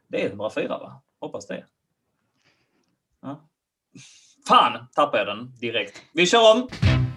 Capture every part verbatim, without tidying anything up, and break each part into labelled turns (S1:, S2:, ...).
S1: Det är hundrafyra, va? Hoppas det. Ja. Fan, tappade jag den direkt. Vi kör om.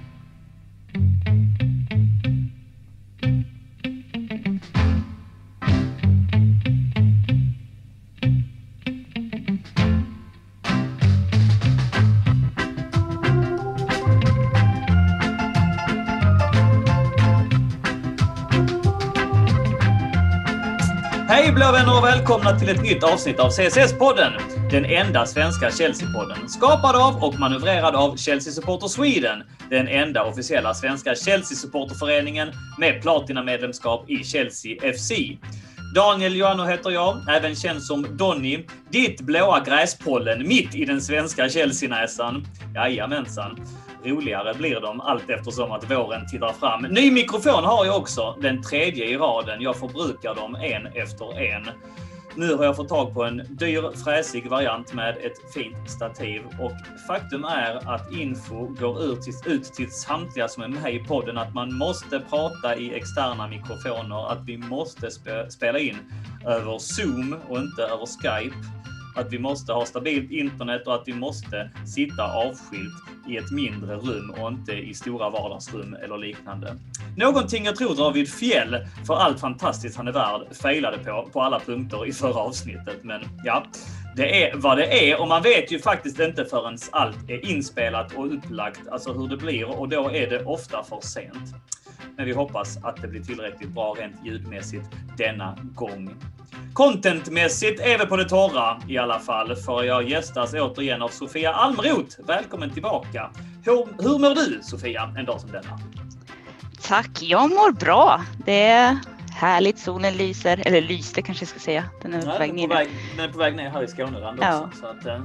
S1: Hej blå vänner och välkomna till ett nytt avsnitt av C S S-podden. Den enda svenska Chelsea-podden. Skapad av och manövrerad av Chelsea Supporter Sweden. Den enda officiella svenska Chelsea-supporterföreningen med platina-medlemskap i Chelsea F C. Daniel Joannou heter jag, även känd som Donny. Ditt blåa gräspollen mitt i den svenska Chelsea-näsan. Jajamensan. Roligare blir de allt eftersom att våren tittar fram. Ny mikrofon har jag också, den tredje i raden. Jag förbrukar dem en efter en. Nu har jag fått tag på en dyr, fräsig variant med ett fint stativ. Och faktum är att info går ut till, ut till samtliga som är med i podden att man måste prata i externa mikrofoner. Att vi måste spe, spela in över Zoom och inte över Skype. Att vi måste ha stabilt internet och att vi måste sitta avskilt i ett mindre rum och inte i stora vardagsrum eller liknande. Någonting jag tror David Fjell, för allt fantastiskt han är värd, failade på på alla punkter i förra avsnittet. Men ja, det är vad det är och man vet ju faktiskt inte förrän allt är inspelat och upplagt, alltså hur det blir, och då är det ofta för sent. Men vi hoppas att det blir tillräckligt bra rent ljudmässigt denna gång. Contentmässigt är vi på det torra i alla fall, för jag gästas återigen av Sofia Almroth. Välkommen tillbaka. Hur, hur mår du, Sofia, en dag som denna?
S2: Tack, jag mår bra. Det är härligt, solen lyser, eller lyste kanske jag ska säga. Den är,
S1: Nej,
S2: på, väg
S1: den är på, väg, den är på väg ner här i Skåneland också. Ja. Så att,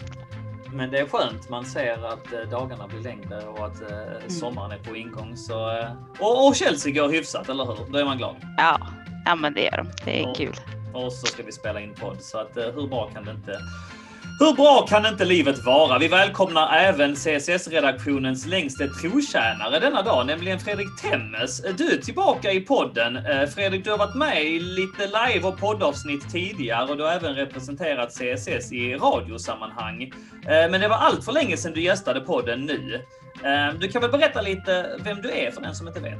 S1: men det är skönt, man ser att dagarna blir längre och att mm. sommaren är på ingång. Så, och, och Chelsea går hyfsat, eller hur? Då är man glad.
S2: Ja, ja men det gör de. Det är
S1: och,
S2: kul.
S1: Och så ska vi spela in podd, så att hur bra kan det inte... Hur bra kan inte livet vara? Vi välkomnar även C S S-redaktionens längste trotjänare denna dag, nämligen Fredrik Temmes. Du är tillbaka i podden. Fredrik, du har varit med i lite live- och poddavsnitt tidigare och du har även representerat C S S i radiosammanhang. Men det var allt för länge sedan du gästade podden nu. Du kan väl berätta lite vem du är för den som inte vet?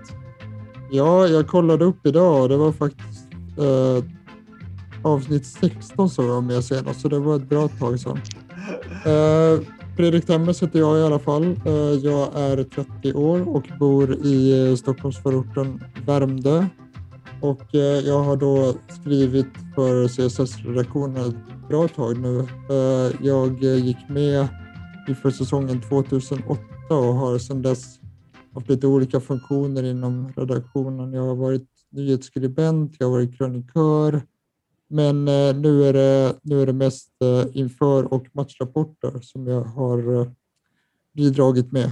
S3: Ja, jag kollade upp idag och det var faktiskt... Uh... avsnitt sexton så jag med senast, så det var ett bra tag sedan. Uh, Fredrik Temmes heter jag i alla fall. Uh, jag är trettio år och bor i uh, Stockholmsförorten Värmdö. Och uh, jag har då skrivit för C S S-redaktionen ett bra tag nu. Uh, jag uh, gick med inför säsongen tjugohundraåtta och har sedan dess haft lite olika funktioner inom redaktionen. Jag har varit nyhetsskribent, jag har varit krönikör. Men eh, nu, är det, nu är det mest eh, inför- och matchrapporter som jag har eh, bidragit med.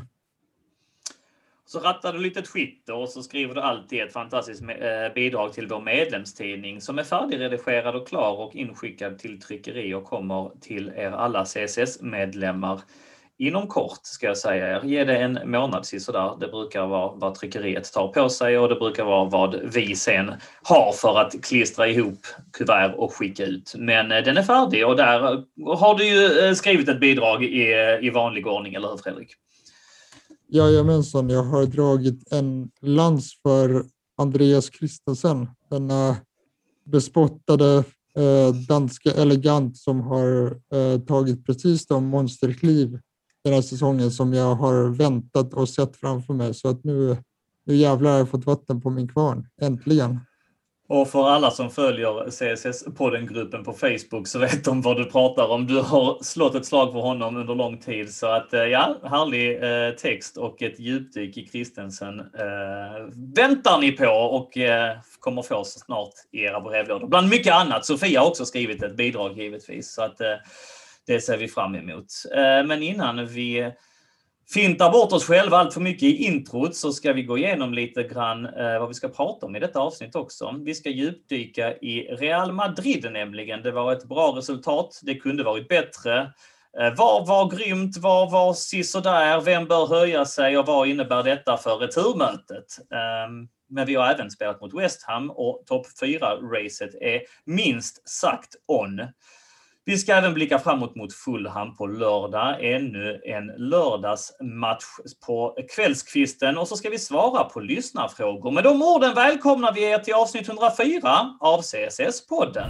S1: Så rattar du lite Twitter och så skriver du alltid ett fantastiskt eh, bidrag till vår medlemstidning som är färdigredigerad och klar och inskickad till tryckeri och kommer till er alla C S S-medlemmar. Inom kort ska jag säga er, ge det en månad sådär. Det brukar vara vad tryckeriet tar på sig och det brukar vara vad vi sen har för att klistra ihop kuvert och skicka ut. Men den är färdig och där har du ju skrivit ett bidrag i, i vanlig ordning, eller hur Fredrik?
S3: Jajamensan, jag har dragit en lans för Andreas Christensen, denna bespottade eh, danska elegant som har eh, tagit precis de monsterkliv den här säsongen som jag har väntat och sett framför mig. Så att nu, nu jävlar har jag fått vatten på min kvarn. Äntligen.
S1: Och för alla som följer C S S-podden-gruppen på Facebook så vet de vad du pratar om. Du har slått ett slag för honom under lång tid. Så att ja, härlig eh, text och ett djupdyk i Christensen eh, väntar ni på och eh, kommer få så snart i era brevlådor. Bland mycket annat. Sofia har också skrivit ett bidrag givetvis. Så att eh, det ser vi fram emot. Eh, men innan vi fintar bort oss själva allt för mycket i introt så ska vi gå igenom lite grann eh, vad vi ska prata om i detta avsnitt också. Vi ska djupdyka i Real Madrid nämligen. Det var ett bra resultat. Det kunde varit bättre. Eh, var var grymt? Var var sisådär? Vem bör höja sig och vad innebär detta för returmötet? Eh, men vi har även spelat mot West Ham och topp fyra-racet är minst sagt on. Vi ska även blicka framåt mot Fulham på lördag. Ännu en lördagsmatch på kvällskvisten. Och så ska vi svara på lyssnarfrågor. Med de orden välkomnar vi er till avsnitt hundrafyra av C S S-podden.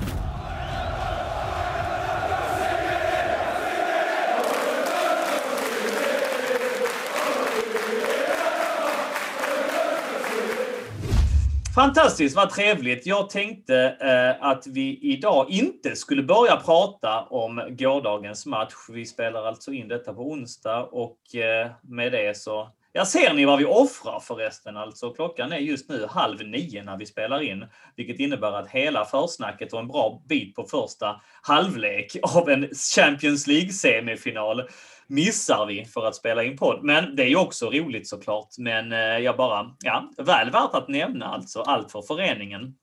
S1: Fantastiskt, vad trevligt. Jag tänkte eh, att vi idag inte skulle börja prata om gårdagens match. Vi spelar alltså in detta på onsdag och eh, med det så... Ja, ser ni vad vi offrar förresten? Alltså klockan är just nu halv nio när vi spelar in. Vilket innebär att hela försnacket och en bra bit på första halvlek av en Champions League-semifinal missar vi för att spela in podd. Men det är ju också roligt såklart. Men eh, jag bara, ja, väl värt att nämna alltså allt för föreningen.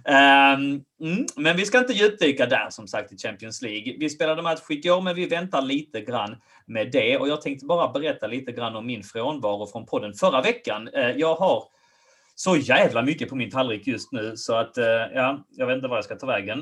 S1: Um, mm, men vi ska inte djupdyka där som sagt i Champions League. Vi spelade match igår men vi väntar lite grann med det. Och jag tänkte bara berätta lite grann om min frånvaro från podden förra veckan. Uh, jag har så jävla mycket på min tallrik just nu så att uh, ja, jag vet inte var jag ska ta vägen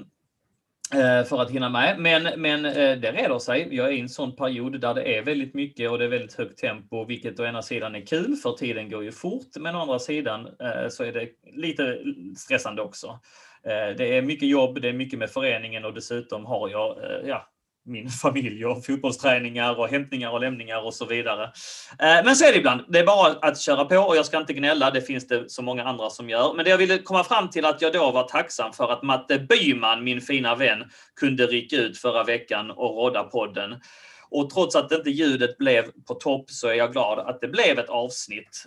S1: för att hinna med. Men, men det reder sig. Jag är i en sån period där det är väldigt mycket och det är väldigt högt tempo, vilket å ena sidan är kul för tiden går ju fort, men å andra sidan så är det lite stressande också. Det är mycket jobb, det är mycket med föreningen och dessutom har jag ja, min familj och fotbollsträningar och hämtningar och lämningar och så vidare. Men så är det ibland. Det är bara att köra på och jag ska inte gnälla. Det finns det så många andra som gör. Men det jag ville komma fram till att jag då var tacksam för att Matte Byman, min fina vän, kunde rycka ut förra veckan och rodda podden. Och trots att inte ljudet blev på topp så är jag glad att det blev ett avsnitt.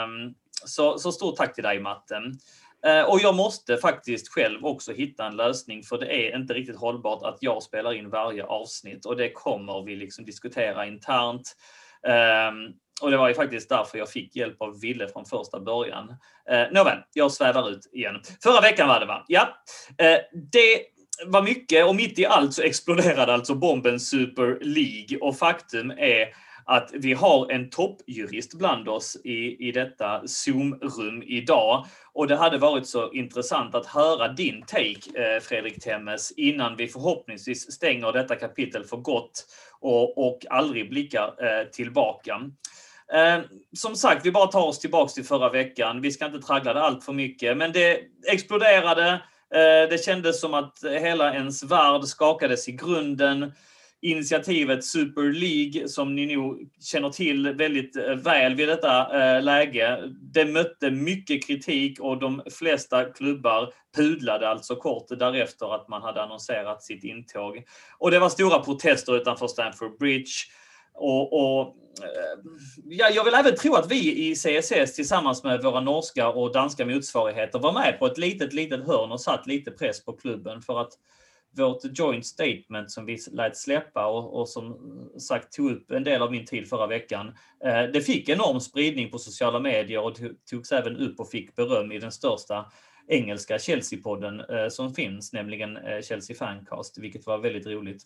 S1: Så, så stort tack till dig, Matte. Och jag måste faktiskt själv också hitta en lösning för det är inte riktigt hållbart att jag spelar in varje avsnitt och det kommer vi liksom diskutera internt. Um, och det var ju faktiskt därför jag fick hjälp av Ville från första början. Uh, Nåväl, jag svävar ut igen. Förra veckan var det va? Ja. Uh, det var mycket och mitt i allt så exploderade alltså bomben Super League och faktum är att vi har en toppjurist bland oss i, i detta Zoom-rum idag. Och det hade varit så intressant att höra din take, eh, Fredrik Temmes, innan vi förhoppningsvis stänger detta kapitel för gott och, och aldrig blickar eh, tillbaka. Eh, som sagt, vi bara tar oss tillbaka till förra veckan. Vi ska inte traggla det allt för mycket, men det exploderade. Eh, det kändes som att hela ens värld skakades i grunden. Initiativet Super League, som ni nog känner till väldigt väl vid detta äh, läge, det mötte mycket kritik och de flesta klubbar pudlade alltså kort därefter att man hade annonserat sitt intåg. Och det var stora protester utanför Stamford Bridge. Och, och äh, ja, jag vill även tro att vi i C S S tillsammans med våra norska och danska motsvarigheter var med på ett litet, litet hörn och satt lite press på klubben för att vårt joint statement som vi lät släppa och, och som sagt tog upp en del av min tid förra veckan. Eh, det fick enorm spridning på sociala medier och togs även upp och fick beröm i den största engelska Chelsea-podden eh, som finns, nämligen eh, Chelsea Fancast, vilket var väldigt roligt.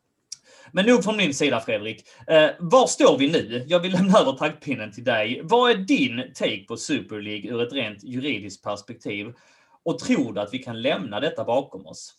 S1: Men nog från min sida, Fredrik. Eh, var står vi nu? Jag vill lämna över taktpinnen till dig. Vad är din take på Super League ur ett rent juridiskt perspektiv? Och tror du att vi kan lämna detta bakom oss?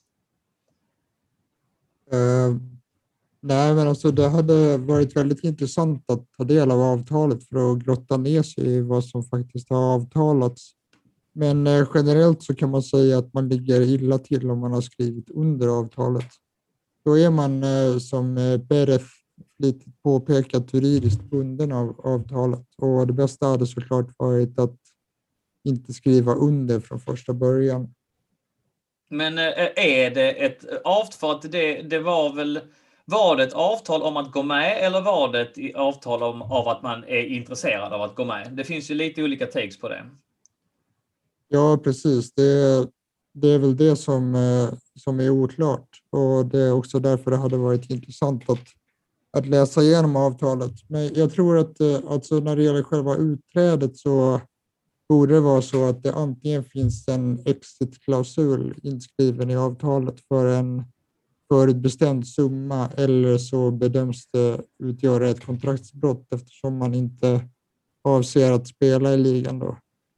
S3: Uh, nej, men alltså det hade varit väldigt intressant att ta del av avtalet för att grotta ner sig i vad som faktiskt har avtalats. Men uh, generellt så kan man säga att man ligger illa till om man har skrivit under avtalet. Då är man uh, som uh, Beref flitigt påpekat juridiskt bunden av avtalet. Och det bästa hade såklart varit att inte skriva under från första början.
S1: Men är det ett avtal, för att det, det var väl, var det ett avtal om att gå med eller var det ett avtal om av att man är intresserad av att gå med? Det finns ju lite olika takes på det.
S3: Ja, precis. Det, det är väl det som, som är oklart och det är också därför det hade varit intressant att, att läsa igenom avtalet. Men jag tror att alltså när det gäller själva utträdet så borde det vara så att det antingen finns en exit-klausul inskriven i avtalet för en förutbestämd summa eller så bedöms det utgöra ett kontraktsbrott eftersom man inte avser att spela i ligan då.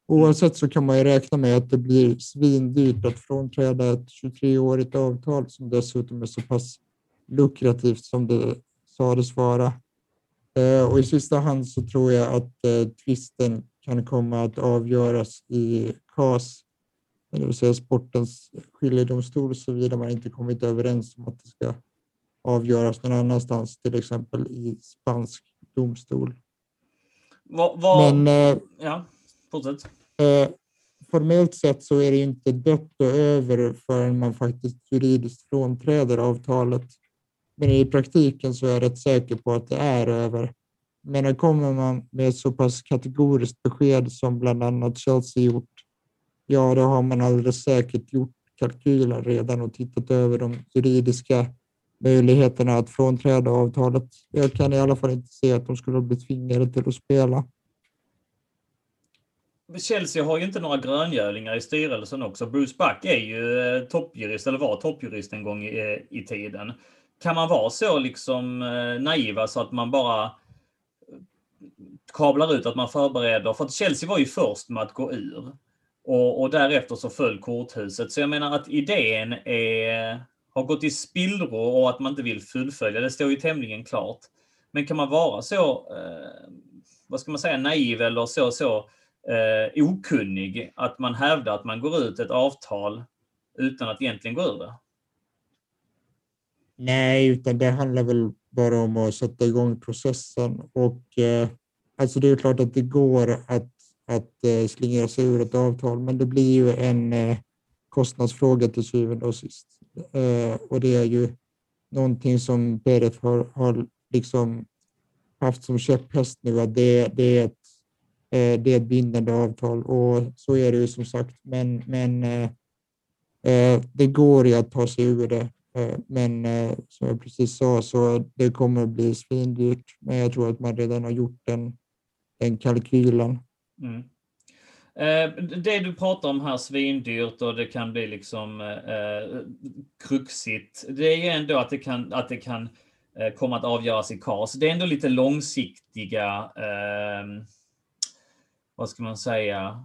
S3: Oavsett så kan man ju räkna med att det blir svindyrt att frånträda ett tjugotre-årigt avtal som dessutom är så pass lukrativt som det sades vara. Och i sista hand så tror jag att eh, tvisten kan komma att avgöras i C A S, det vill säga sportens skiljedomstol, såvida man inte kommit överens om att det ska avgöras någon annanstans, till exempel i spansk domstol.
S1: Vad, vad...
S3: Men eh,
S1: ja, fortsätt.
S3: Eh, formellt sett så är det inte dött och över förrän man faktiskt juridiskt frånträder avtalet. Men i praktiken så är jag rätt säker på att det är över. Men när kommer man med så pass kategoriskt besked som bland annat Chelsea gjort, ja då har man alldeles säkert gjort kalkyler redan och tittat över de juridiska möjligheterna att frånträda avtalet. Jag kan i alla fall inte se att de skulle bli tvingade till att spela.
S1: Chelsea har ju inte några gröngölingar i styrelsen också. Bruce Buck är ju eh, toppjurist, eller var toppjurist en gång i, i tiden. Kan man vara så liksom eh, naiva så att man bara kablar ut att man förbereder? För att Chelsea var ju först med att gå ur. Och, och därefter så föll korthuset. Så jag menar att idén är, har gått i spillror och att man inte vill fullfölja. Det står ju tämligen klart. Men kan man vara så, eh, vad ska man säga, naiv eller så så Eh, okunnig att man hävdar att man går ut ett avtal utan att egentligen gå ur det?
S3: Nej, utan det handlar väl bara om att sätta igång processen. Och eh, alltså det är klart att det går att, att eh, slingra sig ur ett avtal, men det blir ju en eh, kostnadsfråga till syvende och sist. Eh, och det är ju någonting som Pérez har, har liksom haft som käpphäst nu, att det, det är ett det är ett bindande avtal, och så är det ju som sagt, men, men eh, det går ju att ta sig ur det, eh, men eh, som jag precis sa så det kommer att bli svindyrt, men jag tror att man redan har gjort den, den kalkylen.
S1: Mm. Eh, det du pratar om här, svindyrt, och det kan bli liksom eh, kruxigt, det är ju ändå att det kan, att det kan eh, komma att avgöras i C A S. Det är ändå lite långsiktiga eh, vad ska man säga,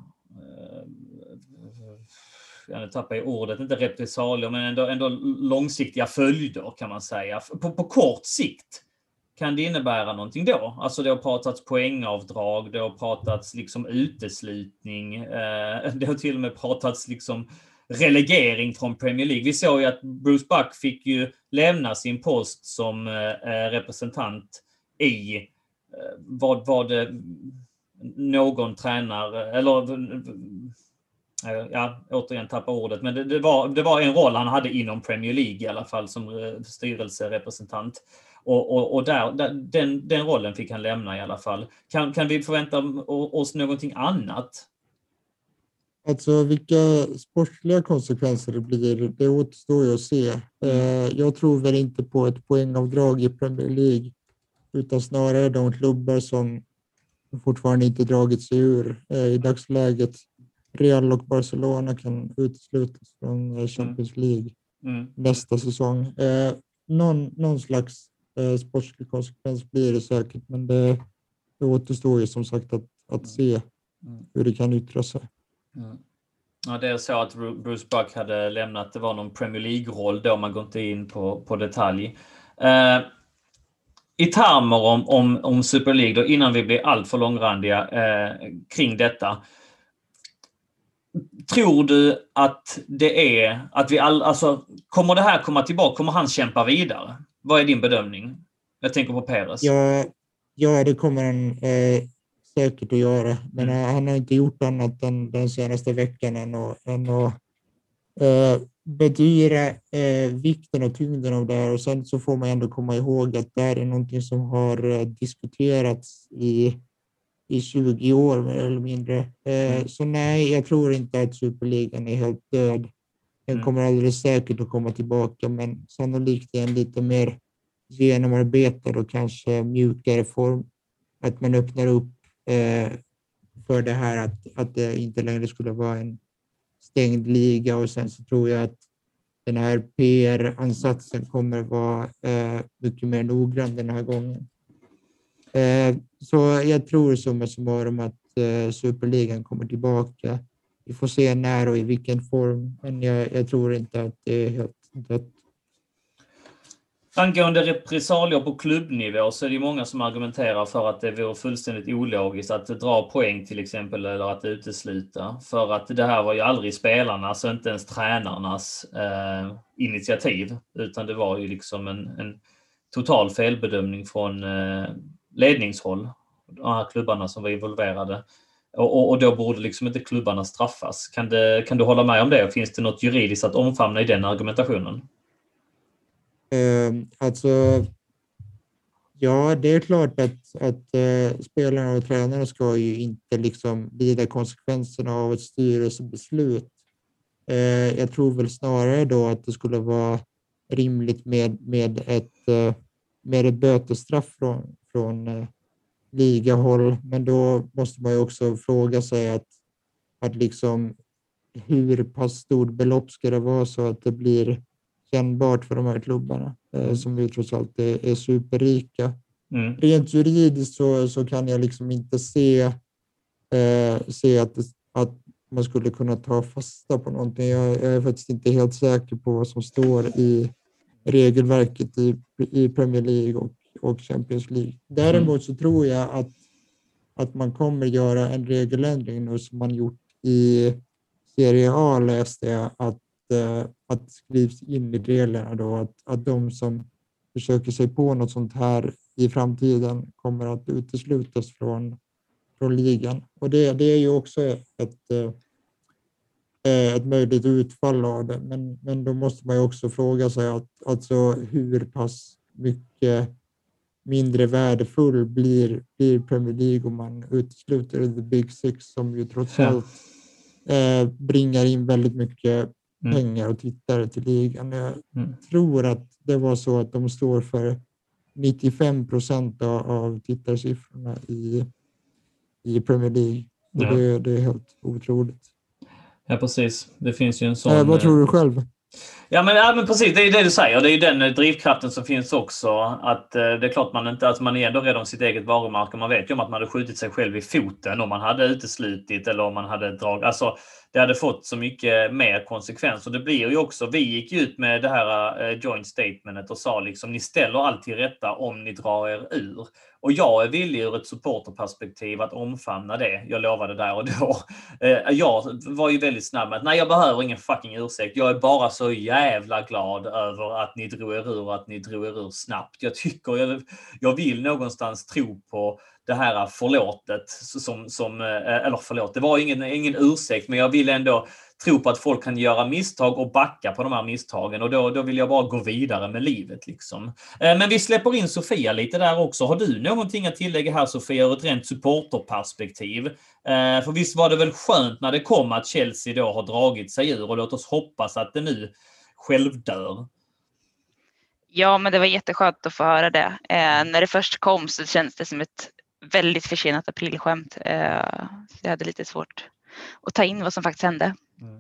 S1: jag tappar i ordet, inte repressalier, men ändå, ändå långsiktiga följder kan man säga. På, på kort sikt kan det innebära någonting då. Alltså det har pratats poängavdrag, det har pratats liksom uteslutning, det har till och med pratats liksom relegering från Premier League. Vi såg ju att Bruce Buck fick ju lämna sin post som representant i vad var det någon tränare, eller ja, återigen tappar ordet, men det, det, var, det var en roll han hade inom Premier League i alla fall som styrelserepresentant, och, och, och där, där, den, den rollen fick han lämna i alla fall. Kan, kan vi förvänta oss någonting annat?
S3: Alltså vilka sportsliga konsekvenser det blir, det återstår ju att se. Mm. Jag tror väl inte på ett poängavdrag i Premier League, utan snarare de klubbar som fortfarande inte dragit sig ur eh, i dagsläget. Real och Barcelona kan uteslutas från Champions League mm. Mm. nästa säsong. Eh, någon, någon slags eh, sportslig konsekvens blir det säkert, men det, det återstår ju som sagt att, att se mm. hur det kan yttra sig.
S1: Mm. Ja, det är så att Bruce Buck hade lämnat, det var någon Premier League-roll då, man går inte in på, på detalj. Eh, I termer om, om, om Super League, då, innan vi blir allt för långrandiga eh, kring detta. Tror du att det är, att vi all, alltså, kommer det här komma tillbaka? Kommer han kämpa vidare? Vad är din bedömning? Jag tänker på Pérez.
S3: Ja, ja det kommer han eh, säkert att göra. Men mm. han har inte gjort annat än den senaste veckan än att, än att eh, bedyra eh, vikten och tyngden av det här. Och sen så får man ändå komma ihåg att det här är någonting som har eh, diskuterats i, i tjugo år mer eller mindre. Eh, mm. Så nej, jag tror inte att Superligan är helt död. Den mm. kommer alldeles säkert att komma tillbaka, men sannolikt är en lite mer genomarbetad och kanske mjukare form. Att man öppnar upp eh, för det här att, att det inte längre skulle vara en stängd liga, och sen så tror jag att den här P R-ansatsen kommer vara eh, mycket mer noggrann den här gången. Eh, så jag tror som jag summarum att, eh, Superligan kommer tillbaka. Vi får se när och i vilken form, men jag, jag tror inte att det är helt dött.
S1: Angående repressalier på klubbnivå så är det många som argumenterar för att det vore fullständigt ologiskt att dra poäng till exempel eller att utesluta. För att det här var ju aldrig spelarnas och inte ens tränarnas eh, initiativ, utan det var ju liksom en, en total felbedömning från eh, ledningshåll, de här klubbarna som var involverade. Och, och, och då borde liksom inte klubbarna straffas. Kan, det, kan du hålla med om det? Finns det något juridiskt att omfamna i den argumentationen?
S3: Uh, alltså, ja, det är klart att, att uh, spelarna och tränarna ska ju inte liksom lida konsekvenserna av ett styrelsebeslut. Uh, jag tror väl snarare då att det skulle vara rimligt med, med, ett, uh, med ett bötesstraff från, från uh, ligahåll, men då måste man ju också fråga sig att, att liksom, hur pass stort belopp ska det vara så att det blir kännbart för de här klubbarna eh, som ju trots allt är, är superrika. Mm. Rent juridiskt så, så kan jag liksom inte se, eh, se att, det, att man skulle kunna ta fasta på någonting. Jag, jag är faktiskt inte helt säker på vad som står i regelverket i, i Premier League och, och Champions League. Däremot så tror jag att, att man kommer göra en regeländring nu som man gjort i Serie A, läste jag att att skrivs in i reglerna då att, att de som försöker sig på något sånt här i framtiden kommer att uteslutas från, från ligan. Och det, det är ju också ett, ett möjligt utfall av det. Men, men då måste man ju också fråga sig att, alltså, hur pass mycket mindre värdefull blir, blir Premier League om man utesluter The Big Six som ju trots allt eh, bringar in väldigt mycket pengar och tittare till ligan. Jag mm. tror att det var så att de står för nittiofem procent av, av tittarsiffrorna i, i Premier League. Ja. Det, det är helt otroligt.
S1: Ja, precis. Det finns ju en sån...
S3: Äh, vad tror du själv?
S1: Ja men, ja, men precis, det är det du säger. Det är ju den drivkraften som finns också. Att eh, det är klart man inte, att man är ändå rädd om sitt eget varumärke. Man vet ju om att man hade skjutit sig själv i foten om man hade uteslutit eller om man hade dragit. Alltså, det hade fått så mycket mer konsekvens. Och det blir ju också, vi gick ut med det här eh, joint statementet och sa liksom, ni ställer allt till rätta om ni drar er ur. Och jag är villig ur ett supporterperspektiv att omfamna det. Jag lovade där och då. Eh, jag var ju väldigt snabb med att nej, jag behöver ingen fucking ursäkt. Jag är bara så jävla glad över att ni drog er ur, att ni drog er ur snabbt. Jag tycker, jag, jag vill någonstans tro på det här förlåtet som, som eller förlåt, det var ingen, ingen ursäkt, men jag vill ändå tro på att folk kan göra misstag och backa på de här misstagen, och då, då vill jag bara gå vidare med livet liksom. Men vi släpper in Sofia lite där också. Har du någonting att tillägga här, Sofia, ur ett rent supporterperspektiv? För visst var det väl skönt när det kom att Chelsea då har dragit sig ur, och låt oss hoppas att det nu självdör.
S2: Ja, men det var jätteskönt att få höra det. Eh, när det först kom så känns det som ett väldigt försenat aprilskämt. Eh, så jag hade lite svårt att ta in vad som faktiskt hände. Mm.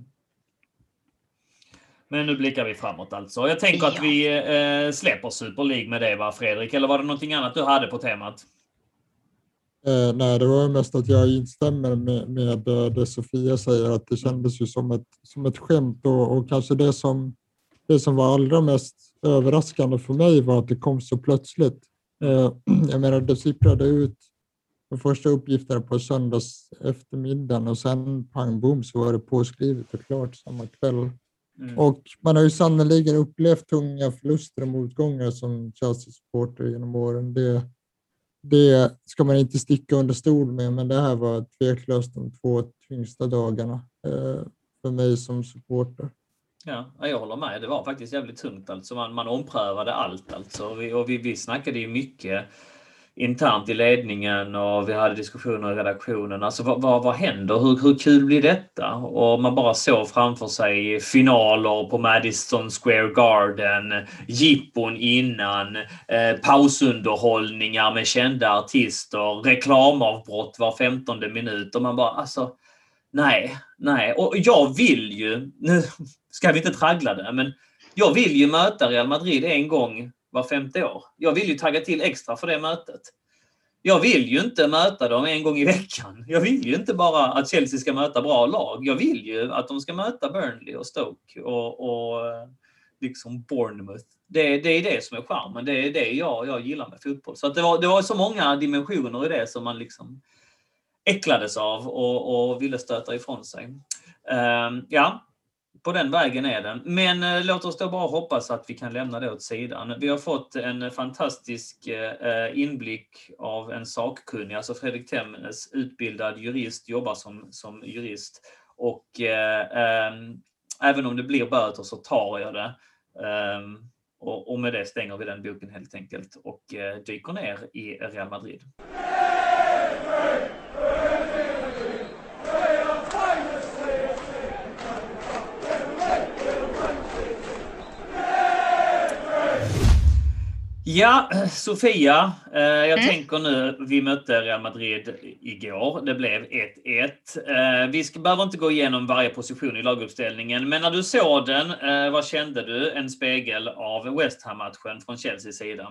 S1: Men nu blickar vi framåt alltså. Jag tänker ja. att vi eh, släpper Super League med det, va, Fredrik? Eller var det någonting annat du hade på temat?
S3: Eh, nej, det var mest att jag instämmer med, med det Sofia säger, att det kändes ju som ett, som ett skämt, och, och kanske det som, det som var allra mest överraskande för mig var att det kom så plötsligt. Eh, jag menar, det sipprade ut de första uppgifterna på söndags eftermiddagen, och sen pang boom så var det påskrivet och klart samma kväll. Mm. Och man har ju sannoliken upplevt tunga förluster och motgångar som Chelsea-supporter genom åren. Det, det ska man inte sticka under stol med, men det här var tveklöst de två tyngsta dagarna eh, för mig som supporter.
S1: Ja, jag håller med. Det var faktiskt jävligt tungt. Alltså man, man omprövade allt. Alltså. Och vi, och vi, vi snackade ju mycket internt i ledningen, och vi hade diskussioner i redaktionen. Alltså vad, vad, vad händer? Hur, hur kul blir detta? Och man bara såg framför sig finaler på Madison Square Garden, jippon innan, eh, pausunderhållningar med kända artister, reklamavbrott var femtonde minut, och man bara alltså nej, nej. Och jag vill ju, nu ska vi inte traggla det, men jag vill ju möta Real Madrid en gång var femte år. Jag vill ju tagga till extra för det mötet. jag vill ju inte möta dem en gång i veckan. Jag vill ju inte bara att Chelsea ska möta bra lag. Jag vill ju att de ska möta Burnley och Stoke och, och liksom Bournemouth. Det, det är det som är charmen. Det är det jag, jag gillar med fotboll. Så att det, var, det var så många dimensioner i det som man liksom äcklades av och, och ville stöta ifrån sig. Uh, ja, på den vägen är den. Men uh, låt oss då bara hoppas att vi kan lämna det åt sidan. Vi har fått en fantastisk uh, inblick av en sakkunnig, alltså Fredrik Temnes, utbildad jurist, jobbar som, som jurist. Och uh, um, även om det blir böter så tar jag det. Um, och, och med det stänger vi den boken helt enkelt och uh, dyker ner i Real Madrid. Ja, Sofia, eh, jag mm. tänker nu, vi mötte Real Madrid igår, det blev ett ett. Eh, vi ska, behöver inte gå igenom varje position i laguppställningen, men när du såg den, eh, vad kände du? En spegel av West Ham-matchen från Chelseas sida?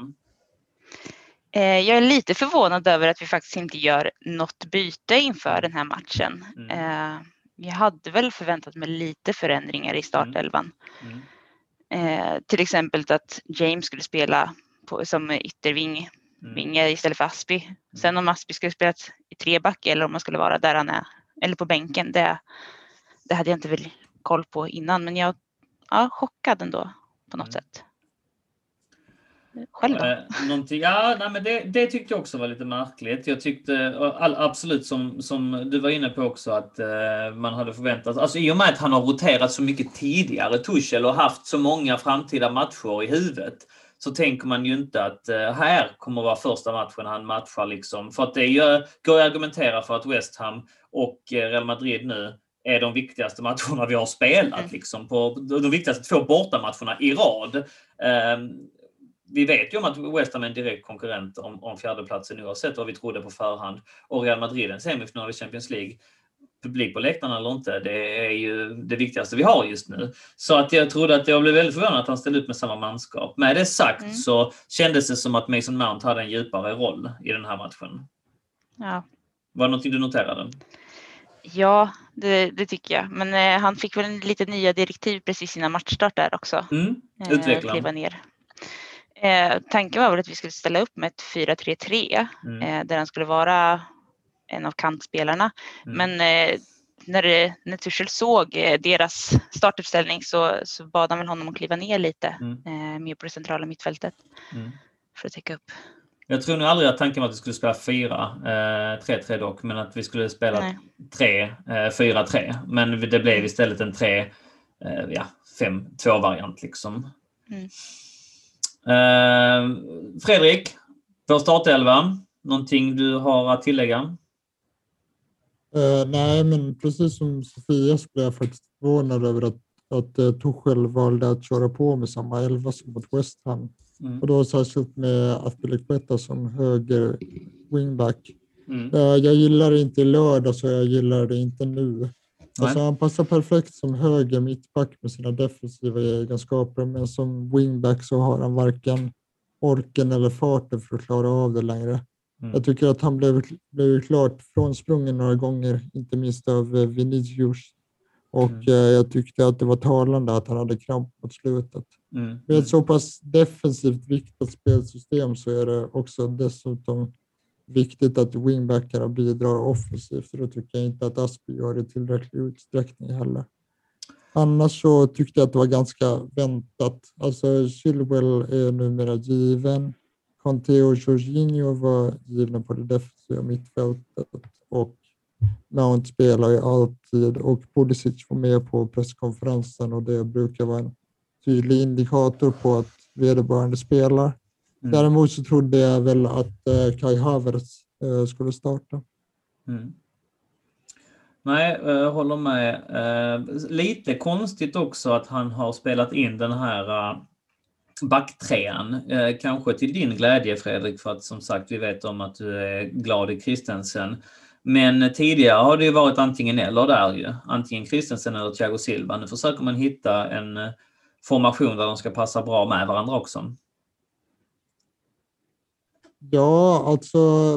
S2: Eh, jag är lite förvånad över att vi faktiskt inte gör något byte inför den här matchen. Mm. Eh, jag hade väl förväntat mig lite förändringar i startelvan. Mm. Mm. Eh, till exempel att James skulle spela på, som ytterving mm. istället för Aspi. Mm. Sen om Aspi skulle spela i treback eller om man skulle vara där han är eller på bänken, det, det hade jag inte väl koll på innan, men jag ja, chockad ändå på något mm. sätt. Själv då?
S1: Eh, någonting, ja, nej, men det, det tyckte jag också var lite märkligt. Jag tyckte all, absolut som, som du var inne på också att eh, man hade förväntat, alltså i och med att han har roterat så mycket tidigare, Tuchel, och haft så många framtida matcher i huvudet, så tänker man ju inte att eh, här kommer vara första matchen han matchar liksom. För att det gör, går att argumentera för att West Ham och eh, Real Madrid nu är de viktigaste matcherna vi har spelat mm. liksom, på de viktigaste två bortamatcherna i rad. Eh, vi vet ju om att West Ham är en direkt konkurrent om, om fjärdeplatsen oavsett vad vi trodde på förhand. Och Real Madrid en semifinal i Champions League. Publik på läktarna eller inte, det är ju det viktigaste vi har just nu. Så att jag trodde att jag blev väldigt förvånad att han ställde upp med samma manskap. Med det sagt mm. så kändes det som att Mason Mount hade en djupare roll i den här matchen.
S2: Ja.
S1: Var det något du noterade?
S2: Ja, det, det tycker jag. Men eh, han fick väl lite nya direktiv precis innan matchstart där också.
S1: Mm. Utveckla.
S2: Eh, kliva ner. Eh, tanken var väl att vi skulle ställa upp med ett fyra tre tre mm. eh, där han skulle vara en av kantspelarna. Mm. Men eh, när, det, när Tuchel såg eh, deras startuppställning så, så bad han väl honom att kliva ner lite mm. eh, mer på det centrala mittfältet mm. för att täcka upp.
S1: Jag tror nog aldrig att tanken var att vi skulle spela fyra tre tre dock, men att vi skulle spela tre fyra tre. Men det blev istället en tre eh, fem två variant liksom. Mm. Eh, Fredrik, vår startelva, någonting du har att tillägga?
S3: Uh, nej, men precis som Sofia så blev jag faktiskt förvånad över att, att uh, Tuchel valde att köra på med samma elva som mot West Ham. Mm. Och då särskilt med Azpilicueta som höger wingback. Mm. Uh, jag gillar det inte i lördag så jag gillar det inte nu. Alltså, han passar perfekt som höger mittback med sina defensiva egenskaper, men som wingback så har han varken orken eller farten för att klara av det längre. Mm. Jag tycker att han blev, blev klart frånsprungen några gånger, inte minst av Vinicius. Och mm. eh, jag tyckte att det var talande att han hade kramp mot slutet. Mm. Med ett så pass defensivt viktigt spelsystem så är det också dessutom viktigt att wingbackarna bidrar offensivt. För då tycker jag inte att Aspi gör det i tillräcklig utsträckning heller. Annars så tyckte jag att det var ganska väntat. Alltså Chilwell är numera given. Conte och Jorginho var givna på det defensiva mittfältet. Och Mount spelar ju alltid. Och Pulisic var med på presskonferensen. Och det brukar vara en tydlig indikator på att vederbörande spelar. Mm. Däremot så trodde jag väl att eh, Kai Havertz eh, skulle starta. Mm.
S1: Nej, jag håller med. Eh, lite konstigt också att han har spelat in den här uh, backtrean. Eh, kanske till din glädje, Fredrik, för att som sagt vi vet om att du är glad i Christensen. Men tidigare har det ju varit antingen eller där ju. Antingen Christensen eller Thiago Silva. Nu försöker man hitta en uh, formation där de ska passa bra med varandra också.
S3: Ja, alltså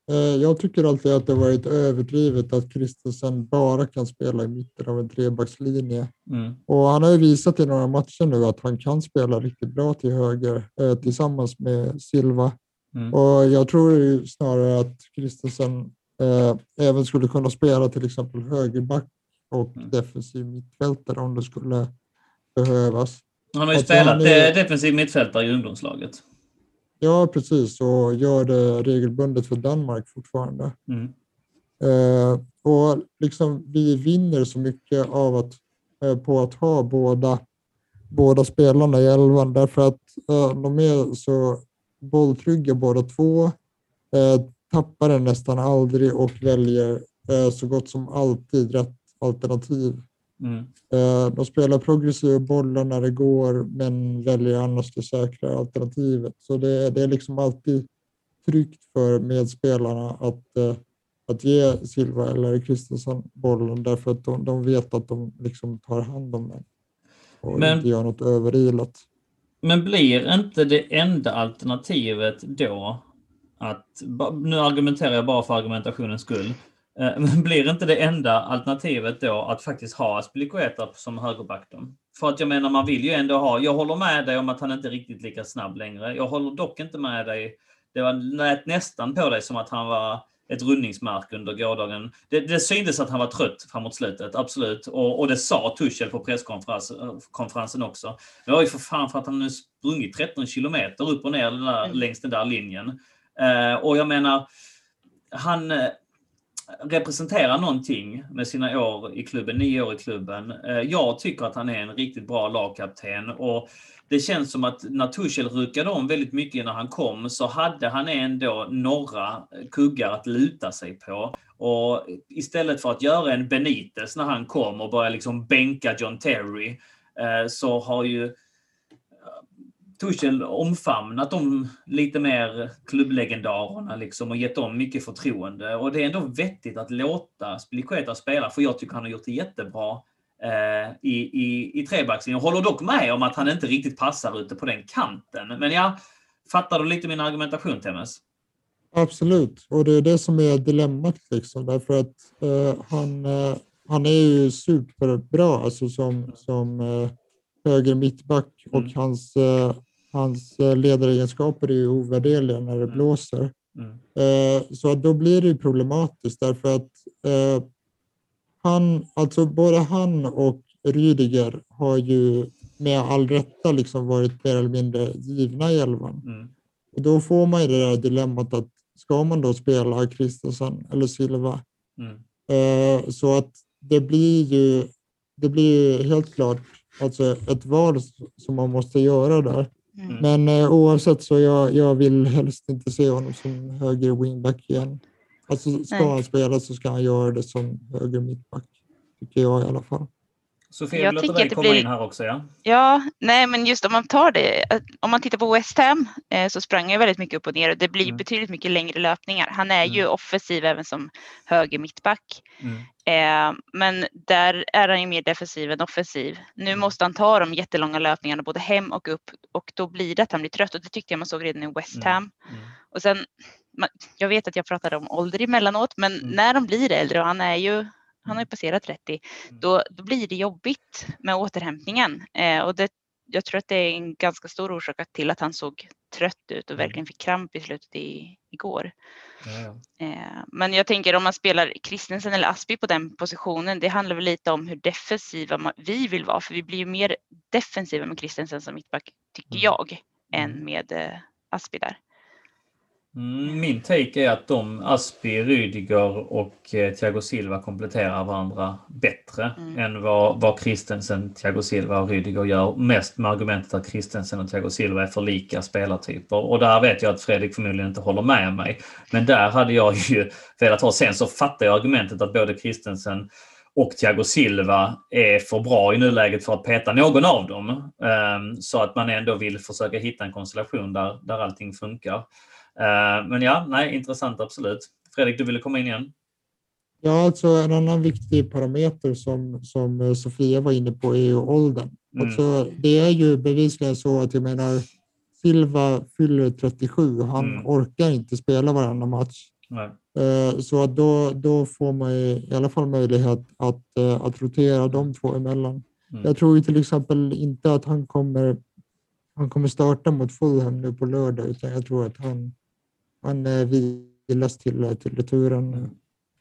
S3: Jag tycker alltid att det har varit överdrivet att Christensen bara kan spela i mitten av en trebackslinje.
S1: Mm.
S3: Och han har ju visat i några matcher nu att han kan spela riktigt bra till höger eh, tillsammans med Silva.
S1: Mm.
S3: Och jag tror ju snarare att Christensen eh, även skulle kunna spela till exempel högerback och
S1: Mm.
S3: defensiv mittfältare om det skulle behövas.
S1: Han har ju
S3: Alltså,
S1: spelat
S3: han är-
S1: defensiv mittfältare i ungdomslaget.
S3: Ja, precis. Och gör det regelbundet för Danmark fortfarande.
S1: Mm.
S3: Eh, och liksom vi vinner så mycket av att, eh, på att ha båda, båda spelarna i elvan därför att eh, de är så bolltrygga båda två, eh, tappar den nästan aldrig och väljer eh, så gott som alltid rätt alternativ.
S1: Mm.
S3: Eh, de spelar progressiva bollar när det går men väljer annars det säkra alternativet. Så det, det är liksom alltid tryggt för medspelarna att, eh, att ge Silva eller Christensen bollen därför att de, de vet att de liksom tar hand om den och
S1: Men-
S3: inte gör något överilat.
S1: Men blir inte det enda alternativet då att, nu argumenterar jag bara för argumentationens skull, eh, men blir inte det enda alternativet då att faktiskt ha Azpilicueta som högerback då? För att jag menar, man vill ju ändå ha, jag håller med dig om att han inte är riktigt lika snabb längre. Jag håller dock inte med dig, det var lät nästan på dig som att han var ett rundningsmärke under gårdagen. Det, det syntes att han var trött framåt slutet, absolut. Och, och det sa Tuchel på presskonferensen också. Det var ju för fan för att han nu sprungit tretton kilometer upp och ner den där,
S2: Mm.
S1: längs den där linjen. Eh, och jag menar, han eh, representerar någonting med sina år i klubben, nio år i klubben. Eh, jag tycker att han är en riktigt bra lagkapten och det känns som att när Tuchel ryckade om väldigt mycket när han kom så hade han ändå några kuggar att luta sig på. Och istället för att göra en Benitez när han kom och börja liksom bänka John Terry eh, så har ju Tuchel omfamnat de lite mer klubblegendarerna liksom och gett dem mycket förtroende. Och det är ändå vettigt att låta Azpilicueta spela, för jag tycker han har gjort det jättebra eh, i, i, i trebacksen. Jag håller dock med om att han inte riktigt passar ute på den kanten. Men jag fattar du lite min argumentation, Temmes?
S3: Absolut, och det är det som är dilemmat liksom, därför att eh, han, eh, han är ju superbra alltså som, som eh, höger mittback och
S1: Mm.
S3: hans, eh, hans eh, ledaregenskaper är ju ovärderliga när det
S1: Mm.
S3: blåser.
S1: Mm.
S3: Eh, så att då blir det ju problematiskt därför att eh, han, alltså både han och Rüdiger har ju med all rätta liksom varit mer eller mindre givna i elvan.
S1: Mm.
S3: Och då får man ju det där dilemmat att ska man då spela Christensen eller Silva?
S1: Mm.
S3: Eh, så att det blir ju det blir ju helt klart alltså ett val som man måste göra där.
S2: Mm.
S3: Men eh, oavsett så jag, jag vill helst inte se honom som höger wingback igen. Alltså ska
S2: Nej.
S3: han spela så ska han göra det som höger mittback. Tycker jag i alla fall.
S1: Sofia,
S2: Jag
S1: vill låta
S2: tycker
S1: dig
S2: att det
S1: komma
S2: blir-
S1: in här också, ja?
S2: Ja, nej men just om man tar det, att- om man tittar på West Ham eh, så sprang jag väldigt mycket upp och ner och det blir
S1: Mm.
S2: betydligt mycket längre löpningar. Han är ju
S1: Mm.
S2: offensiv även som höger mittback.
S1: Mm.
S2: Eh, men där är han ju mer defensiv än offensiv. Nu
S1: Mm.
S2: måste han ta de jättelånga löpningarna både hem och upp och då blir det att han blir trött och det tyckte jag man såg redan i West
S1: Mm.
S2: Ham.
S1: Mm.
S2: Och sen, man, jag vet att jag pratade om ålder emellanåt men
S1: Mm.
S2: när de blir äldre och han är ju han har ju passerat trettio,
S1: Mm.
S2: då, då blir det jobbigt med återhämtningen. Eh, och det, jag tror att det är en ganska stor orsak till att han såg trött ut och
S1: Mm.
S2: verkligen fick kramp i slutet i, igår.
S1: Ja, ja.
S2: Eh, men jag tänker om man spelar Christensen eller Aspi på den positionen, det handlar väl lite om hur defensiva ma- vi vill vara. För vi blir ju mer defensiva med Christensen som mittback, tycker
S1: Mm.
S2: jag,
S1: Mm.
S2: än med eh, Aspi där.
S1: Mm, min take är att de, Aspi, Rüdiger och eh, Thiago Silva kompletterar varandra bättre
S2: Mm.
S1: än vad, vad Christensen, Thiago Silva och Rüdiger gör. Mest med argumentet att Christensen och Thiago Silva är för lika spelartyper. Och där vet jag att Fredrik förmodligen inte håller med mig. Men där hade jag ju velat ha. Sen så fattar jag argumentet att både Christensen och Thiago Silva är för bra i nuläget för att peta någon av dem. Um, så att man ändå vill försöka hitta en konstellation där, där allting funkar. Uh, men ja, nej, intressant absolut. Fredrik, du ville komma in igen?
S3: Ja, alltså en annan viktig parameter som, som Sofia var inne på är ju åldern.
S1: Mm.
S3: Alltså, det är ju bevisligen så att jag menar Silva fyller trettiosju. Han
S1: Mm.
S3: orkar inte spela varenda match.
S1: Nej.
S3: Eh, så att då, då får man i alla fall möjlighet att, eh, att rotera de två emellan.
S1: Mm.
S3: Jag tror ju till exempel inte att han kommer, han kommer starta mot Fulham nu på lördag, utan jag tror att han, han eh, vilas till, till returen.
S1: Mm.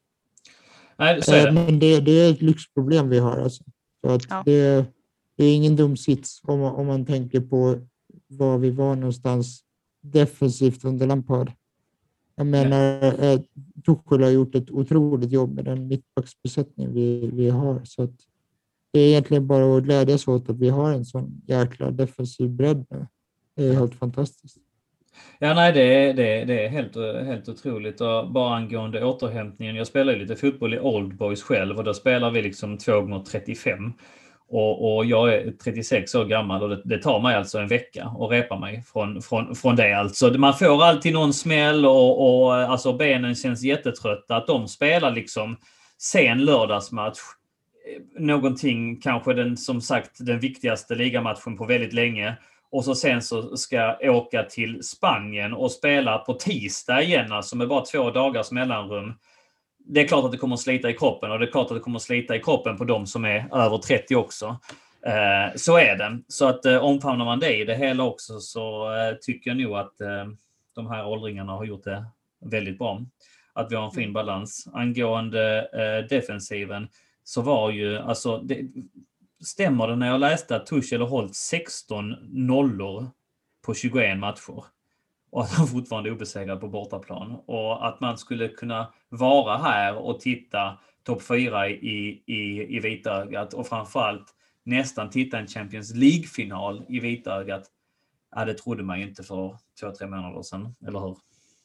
S1: Nej, så är det.
S3: Eh, men det, det är ett lyxproblem vi har. Alltså. Så att
S2: Ja.
S3: det, det är ingen dum sits om man, om man tänker på var vi var någonstans defensivt under Lampard. Jag menar, eh, Tuchel har gjort ett otroligt jobb med den mittbacksbesättning vi, vi har. Så att det är egentligen bara att glädjas åt att vi har en sån jäkla defensiv bredd nu. Det är helt fantastiskt.
S1: Ja, nej, det är, det är, det är helt, helt otroligt. Och bara angående återhämtningen. Jag spelar ju lite fotboll i Old Boys själv och då spelar vi liksom två gånger trettiofem. Och, och jag är trettiosex år gammal och det, det tar mig alltså en vecka att repa mig från, från, från det. Alltså, man får alltid någon smäll och, och alltså, benen känns jättetrötta. Att de spelar liksom sen lördagsmatch. Någonting, kanske den, som sagt, den viktigaste ligamatchen på väldigt länge. Och så sen så ska jag åka till Spanien och spela på tisdag igen, alltså med bara två dagars mellanrum. Det är klart att det kommer att slita i kroppen och det är klart att det kommer att slita i kroppen på de som är över trettio också. Eh, så är det. Så att eh, omfamnar man det i det hela också så eh, tycker jag nog att eh, de här åldringarna har gjort det väldigt bra. Att vi har en fin balans. Angående eh, defensiven så var ju, alltså det, stämmer det när jag läste att Tuchel har hållit sexton nollor på tjugoett matcher. Och att han fortfarande är obesegrad på bortaplan. Och att man skulle kunna vara här och titta topp fyra i, i, i Vitögat. Och framförallt nästan titta en Champions League-final i Vitögat. Ja, det trodde man ju inte för två, tre månader sedan. Eller hur?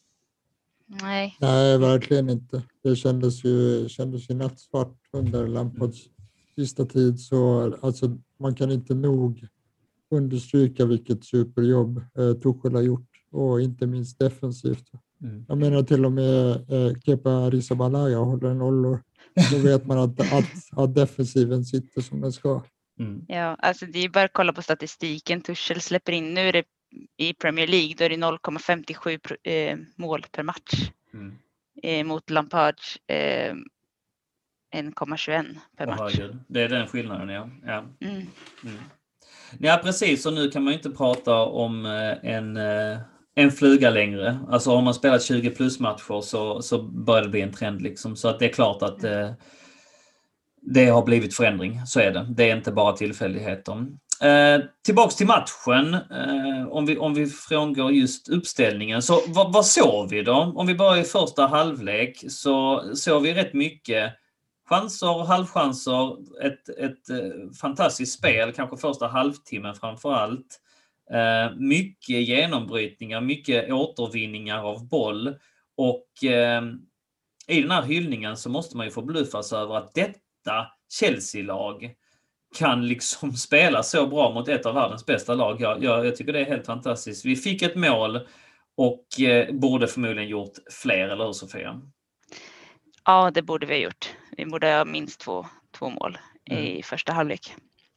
S2: Nej.
S3: Nej, verkligen inte. Det kändes ju, kändes ju nattsvart under Lampards mm. sista tid. Så alltså, man kan inte nog understryka vilket superjobb eh, Tuchel har gjort. Och inte minst defensivt. Mm. Jag menar till och med eh, Kepa Arrizabalaga håller nollor. Då vet man att, att, att defensiven sitter som den ska.
S2: Mm. Ja, alltså det är bara att kolla på statistiken. Tuchel släpper in, nu är det i Premier League, då är det noll komma femtiosju eh, mål per match. Mm. Eh, mot Lampards eh, en komma tjugoett per
S1: oh,
S2: match.
S1: Herregud. Det är den skillnaden, ja. Ja.
S2: Mm.
S1: Mm. Ja, precis. Och nu kan man inte prata om en, en fluga längre. Alltså om man spelat tjugo plus matcher så, så börjar det bli en trend liksom. Så att det är klart att det, det har blivit förändring. Så är det. Det är inte bara tillfälligheter. Eh, tillbaks till matchen. Eh, om, vi, om vi frångår just uppställningen. Så vad, vad såg vi då? Om vi börjar i första halvlek så såg vi rätt mycket chanser, halvchanser, ett, ett eh, fantastiskt spel, kanske första halvtimmen framför allt. Eh, mycket genombrytningar, mycket återvinningar av boll. Och eh, i den här hyllningen så måste man ju få bluffas över att detta Chelsea-lag kan liksom spela så bra mot ett av världens bästa lag. Jag, jag, jag tycker det är helt fantastiskt. Vi fick ett mål och eh, borde förmodligen gjort fler, eller hur Sofia?
S2: Ja, det borde vi ha gjort. Vi borde ha minst två, två mål mm. i första halvlek.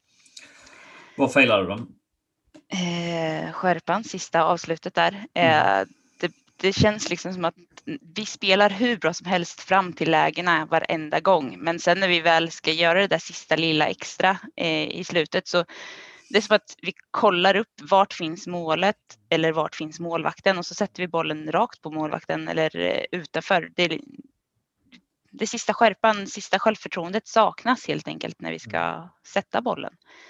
S1: Vad failade de?
S2: Eh, skärpan, sista avslutet där. Mm. Eh, det, det känns liksom som att vi spelar hur bra som helst fram till lägena varenda gång. Men sen när vi väl ska göra det där sista lilla extra eh, i slutet så det är som att vi kollar upp vart finns målet eller vart finns målvakten och så sätter vi bollen rakt på målvakten eller eh, utanför. Det Det sista skärpan, sista självförtroendet saknas helt enkelt när vi ska sätta bollen.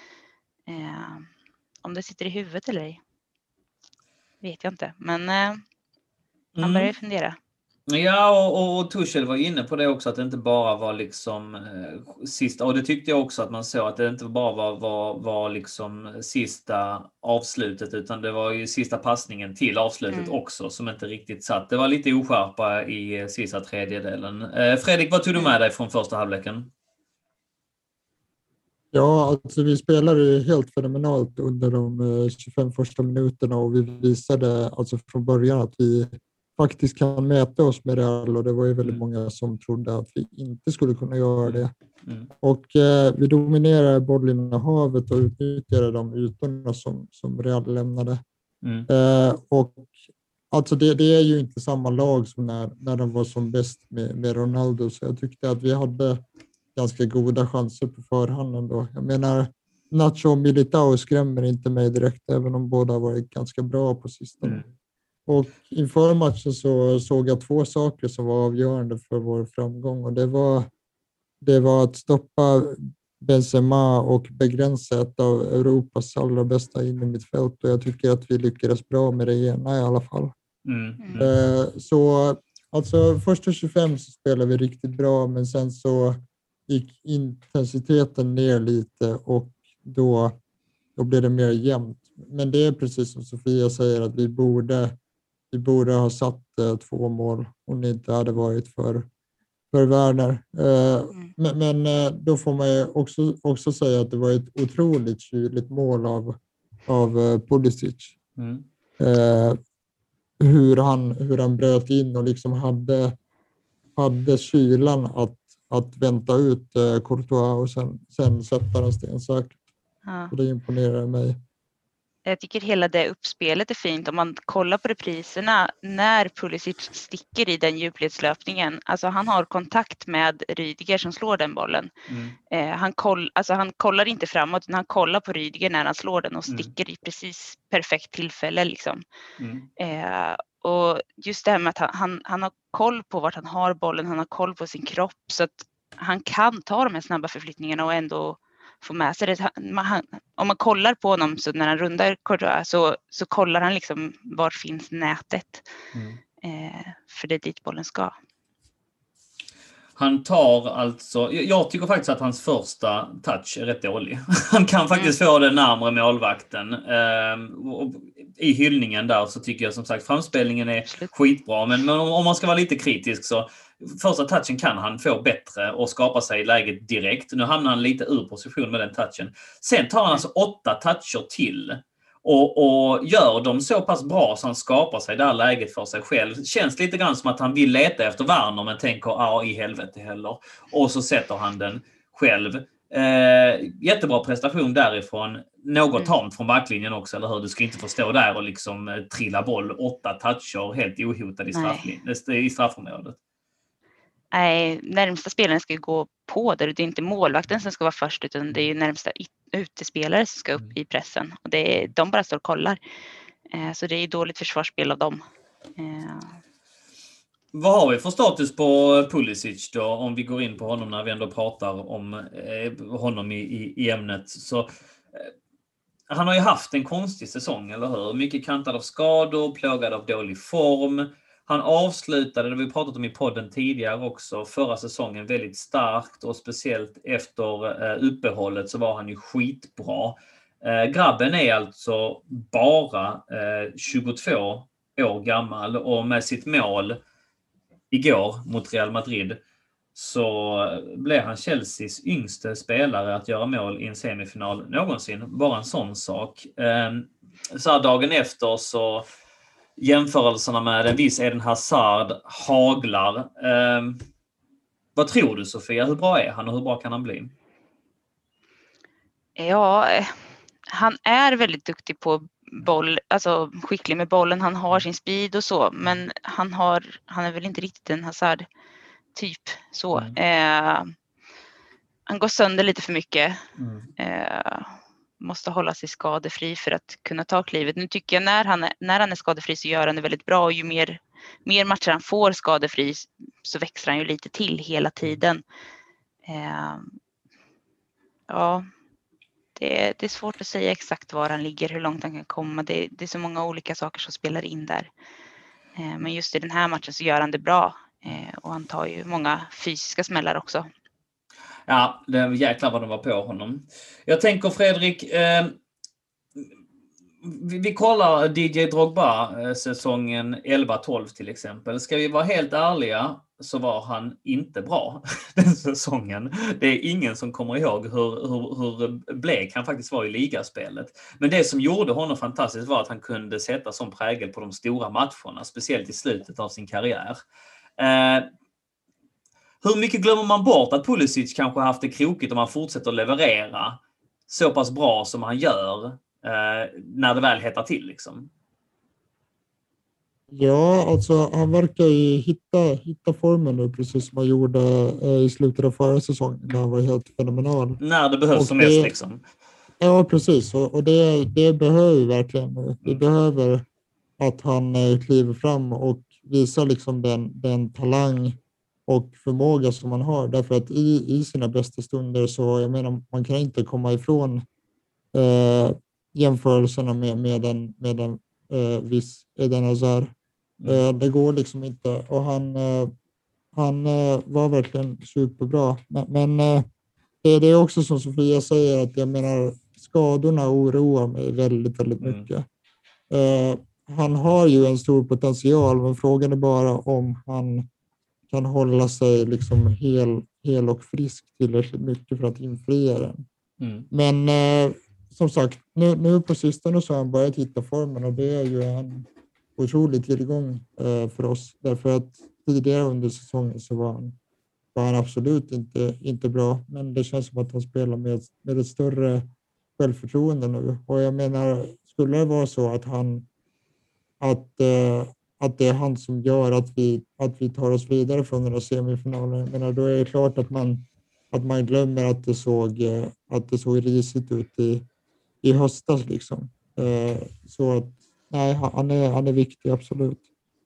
S2: Eh, om det sitter i huvudet eller ej vet jag inte. Men eh, man
S1: mm.
S2: börjar fundera.
S1: Ja, och, och Tuchel var inne på det också, att det inte bara var liksom eh, sista, och det tyckte jag också att man såg att det inte bara var, var, var liksom sista avslutet, utan det var ju sista passningen till avslutet mm. också som inte riktigt satt. Det var lite oskärpa i sista tredjedelen. Eh, Fredrik, vad tog du med dig från första halvleken?
S3: Ja, alltså vi spelade helt fenomenalt under de tjugofem första minuterna och vi visade alltså från början att vi faktiskt kan mäta oss med Real och det var ju väldigt många som trodde att vi inte skulle kunna göra det. Mm. Och eh, vi dominerade bollinnehavet och utnyttjade de ytorna som, som Real lämnade. Mm. Eh, och alltså det, det är ju inte samma lag som när, när de var som bäst med, med Ronaldo, så jag tyckte att vi hade ganska goda chanser på förhand ändå. Jag menar, Nacho och Militao skrämmer inte mig direkt, även om båda har varit ganska bra på sistone. Mm. Och inför matchen så såg jag två saker som var avgörande för vår framgång, och det var, det var att stoppa Benzema och begränsa ett av Europas allra bästa in i mitt fält, och jag tycker att vi lyckades bra med det ena i alla fall. Mm. Mm. Eh, så alltså första tjugofem så spelade vi riktigt bra, men sen så gick intensiteten ner lite och då, då blev det mer jämnt. Men det är precis som Sofia säger, att vi borde, vi borde ha satt eh, två mål om det inte hade varit för för Werner. Eh, mm. Men, men eh, då får man ju också, också säga att det var ett otroligt kyligt mål av, av eh, Pulisic. Mm. Eh, hur, han, hur han bröt in och liksom hade, hade kylan att, att vänta ut eh, Courtois och sen, sen sätta den stensäkert. Ja. Och det imponerar mig.
S2: Jag tycker hela det uppspelet är fint om man kollar på repriserna när Pulisic sticker i den djupledslöpningen. Alltså han har kontakt med Rydiger som slår den bollen. Mm. Eh, han, koll, alltså han kollar inte framåt, utan han kollar på Rydiger när han slår den och sticker mm. i precis perfekt tillfälle. Liksom. Mm. Eh, och just det här med att han, han, han har koll på vart han har bollen, han har koll på sin kropp, så att han kan ta de här snabba förflyttningarna och ändå få med sig det. Man, om man kollar på honom så när han rundar Courtois så, så kollar han liksom var finns nätet. Mm. Eh, för det är dit bollen ska.
S1: Han tar alltså, jag tycker faktiskt att hans första touch är rätt dålig. Han kan faktiskt mm. få det närmare målvakten. Eh, och i hyllningen där så tycker jag som sagt framspelningen är skitbra. Men, men om man ska vara lite kritisk så första touchen kan han få bättre och skapa sig i läget direkt. Nu hamnar han lite ur position med den touchen. Sen tar han alltså åtta toucher till och, och gör dem så pass bra så han skapar sig det här läget för sig själv. Känns lite grann som att han vill leta efter Werner men tänker, ja i helvete heller. Och så sätter han den själv. Eh, jättebra prestation därifrån. Något tamt från backlinjen också, eller hur? Du ska inte få stå där och liksom eh, trilla boll. Åtta toucher helt ohotad i, straff- i straffområdet.
S2: Nej, närmsta spelaren ska gå på där. Det är inte målvakten som ska vara först, utan det är närmsta utespelare som ska upp i pressen. Och det är, de bara står och kollar. Eh, så det är dåligt försvarsspel av dem. Eh.
S1: Vad har vi för status på Pulisic då, om vi går in på honom när vi ändå pratar om eh, honom i, i, i ämnet? Så, eh, han har ju haft en konstig säsong, eller hur? Mycket kantad av skador, plågad av dålig form. Han avslutade, det vi pratat om i podden tidigare också, förra säsongen väldigt starkt och speciellt efter eh, uppehållet så var han ju skitbra. Eh, grabben är alltså bara eh, tjugotvå år gammal och med sitt mål igår mot Real Madrid så blev han Chelseas yngste spelare att göra mål i en semifinal någonsin. Bara en sån sak. Eh, så här dagen efter så jämförelserna med en viss Eden Hazard haglar. Eh, vad tror du, Sofia? Hur bra är han och hur bra kan han bli?
S2: Ja, han är väldigt duktig på boll, alltså skicklig med bollen. Han har sin speed och så, men han har, han är väl inte riktigt en Hazard typ så. Mm. Eh, han går sönder lite för mycket. Mm. Eh, måste hålla sig skadefri för att kunna ta klivet. Nu tycker jag när han är, när han är skadefri så gör han det väldigt bra, och ju mer, mer matcher han får skadefri så växer han ju lite till hela tiden. Eh, ja, det, det är svårt att säga exakt var han ligger, hur långt han kan komma. Det, det är så många olika saker som spelar in där. Eh, men just i den här matchen så gör han det bra, eh, och han tar ju många fysiska smällar också.
S1: Ja, det är jäklar vad de var på honom. Jag tänker Fredrik, eh, vi, vi kollar D J Drogba eh, säsongen elva tolv till exempel. Ska vi vara helt ärliga så var han inte bra den säsongen. Det är ingen som kommer ihåg hur, hur, hur blek han faktiskt var i ligaspelet. Men det som gjorde honom fantastiskt var att han kunde sätta sån prägel på de stora matcherna, speciellt i slutet av sin karriär. Eh, Hur mycket glömmer man bort att Pulisic kanske haft det krokigt om han fortsätter att leverera så pass bra som han gör eh, när det väl hettar till liksom?
S3: Ja, alltså han verkar ju hitta, hitta formen nu, precis som han gjorde eh, i slutet av förra säsongen när han var helt fenomenal.
S1: När det behövs
S3: Och
S1: som
S3: det,
S1: mest liksom.
S3: Ja, precis. Och, och det, det behöver vi verkligen nu. Vi
S1: Mm.
S3: behöver att han eh, kliver fram och visar liksom den, den talang och förmåga som han har. Därför att i, i sina bästa stunder så, jag menar, man kan inte komma ifrån eh, jämförelserna med, med en, med en eh, viss Eden Hazard.
S1: Mm.
S3: Eh, det går liksom inte. Och han, eh, han eh, var verkligen superbra. Men, men eh, det, det är också som Sofia säger, att jag menar, skadorna oroar mig väldigt, väldigt
S1: Mm.
S3: mycket. Eh, han har ju en stor potential, men frågan är bara om han kan hålla sig liksom hel, hel och frisk tillräckligt mycket för att infria den.
S1: Mm.
S3: Men eh, som sagt, nu, nu på sistone så har han börjat hitta formen, och det är ju en otrolig tillgång eh, för oss. Därför att tidigare under säsongen så var han, var han absolut inte, inte bra, men det känns som att han spelar med, med ett större självförtroende nu. Och jag menar, skulle det vara så att han att, eh, att det är han som gör att vi, att vi tar oss vidare från den här semifinalen, jag menar, då är det klart att man, att man glömmer att det såg, eh, att det såg risigt ut i, i höstas liksom. Eh, så att nej, han är, han är viktig, absolut.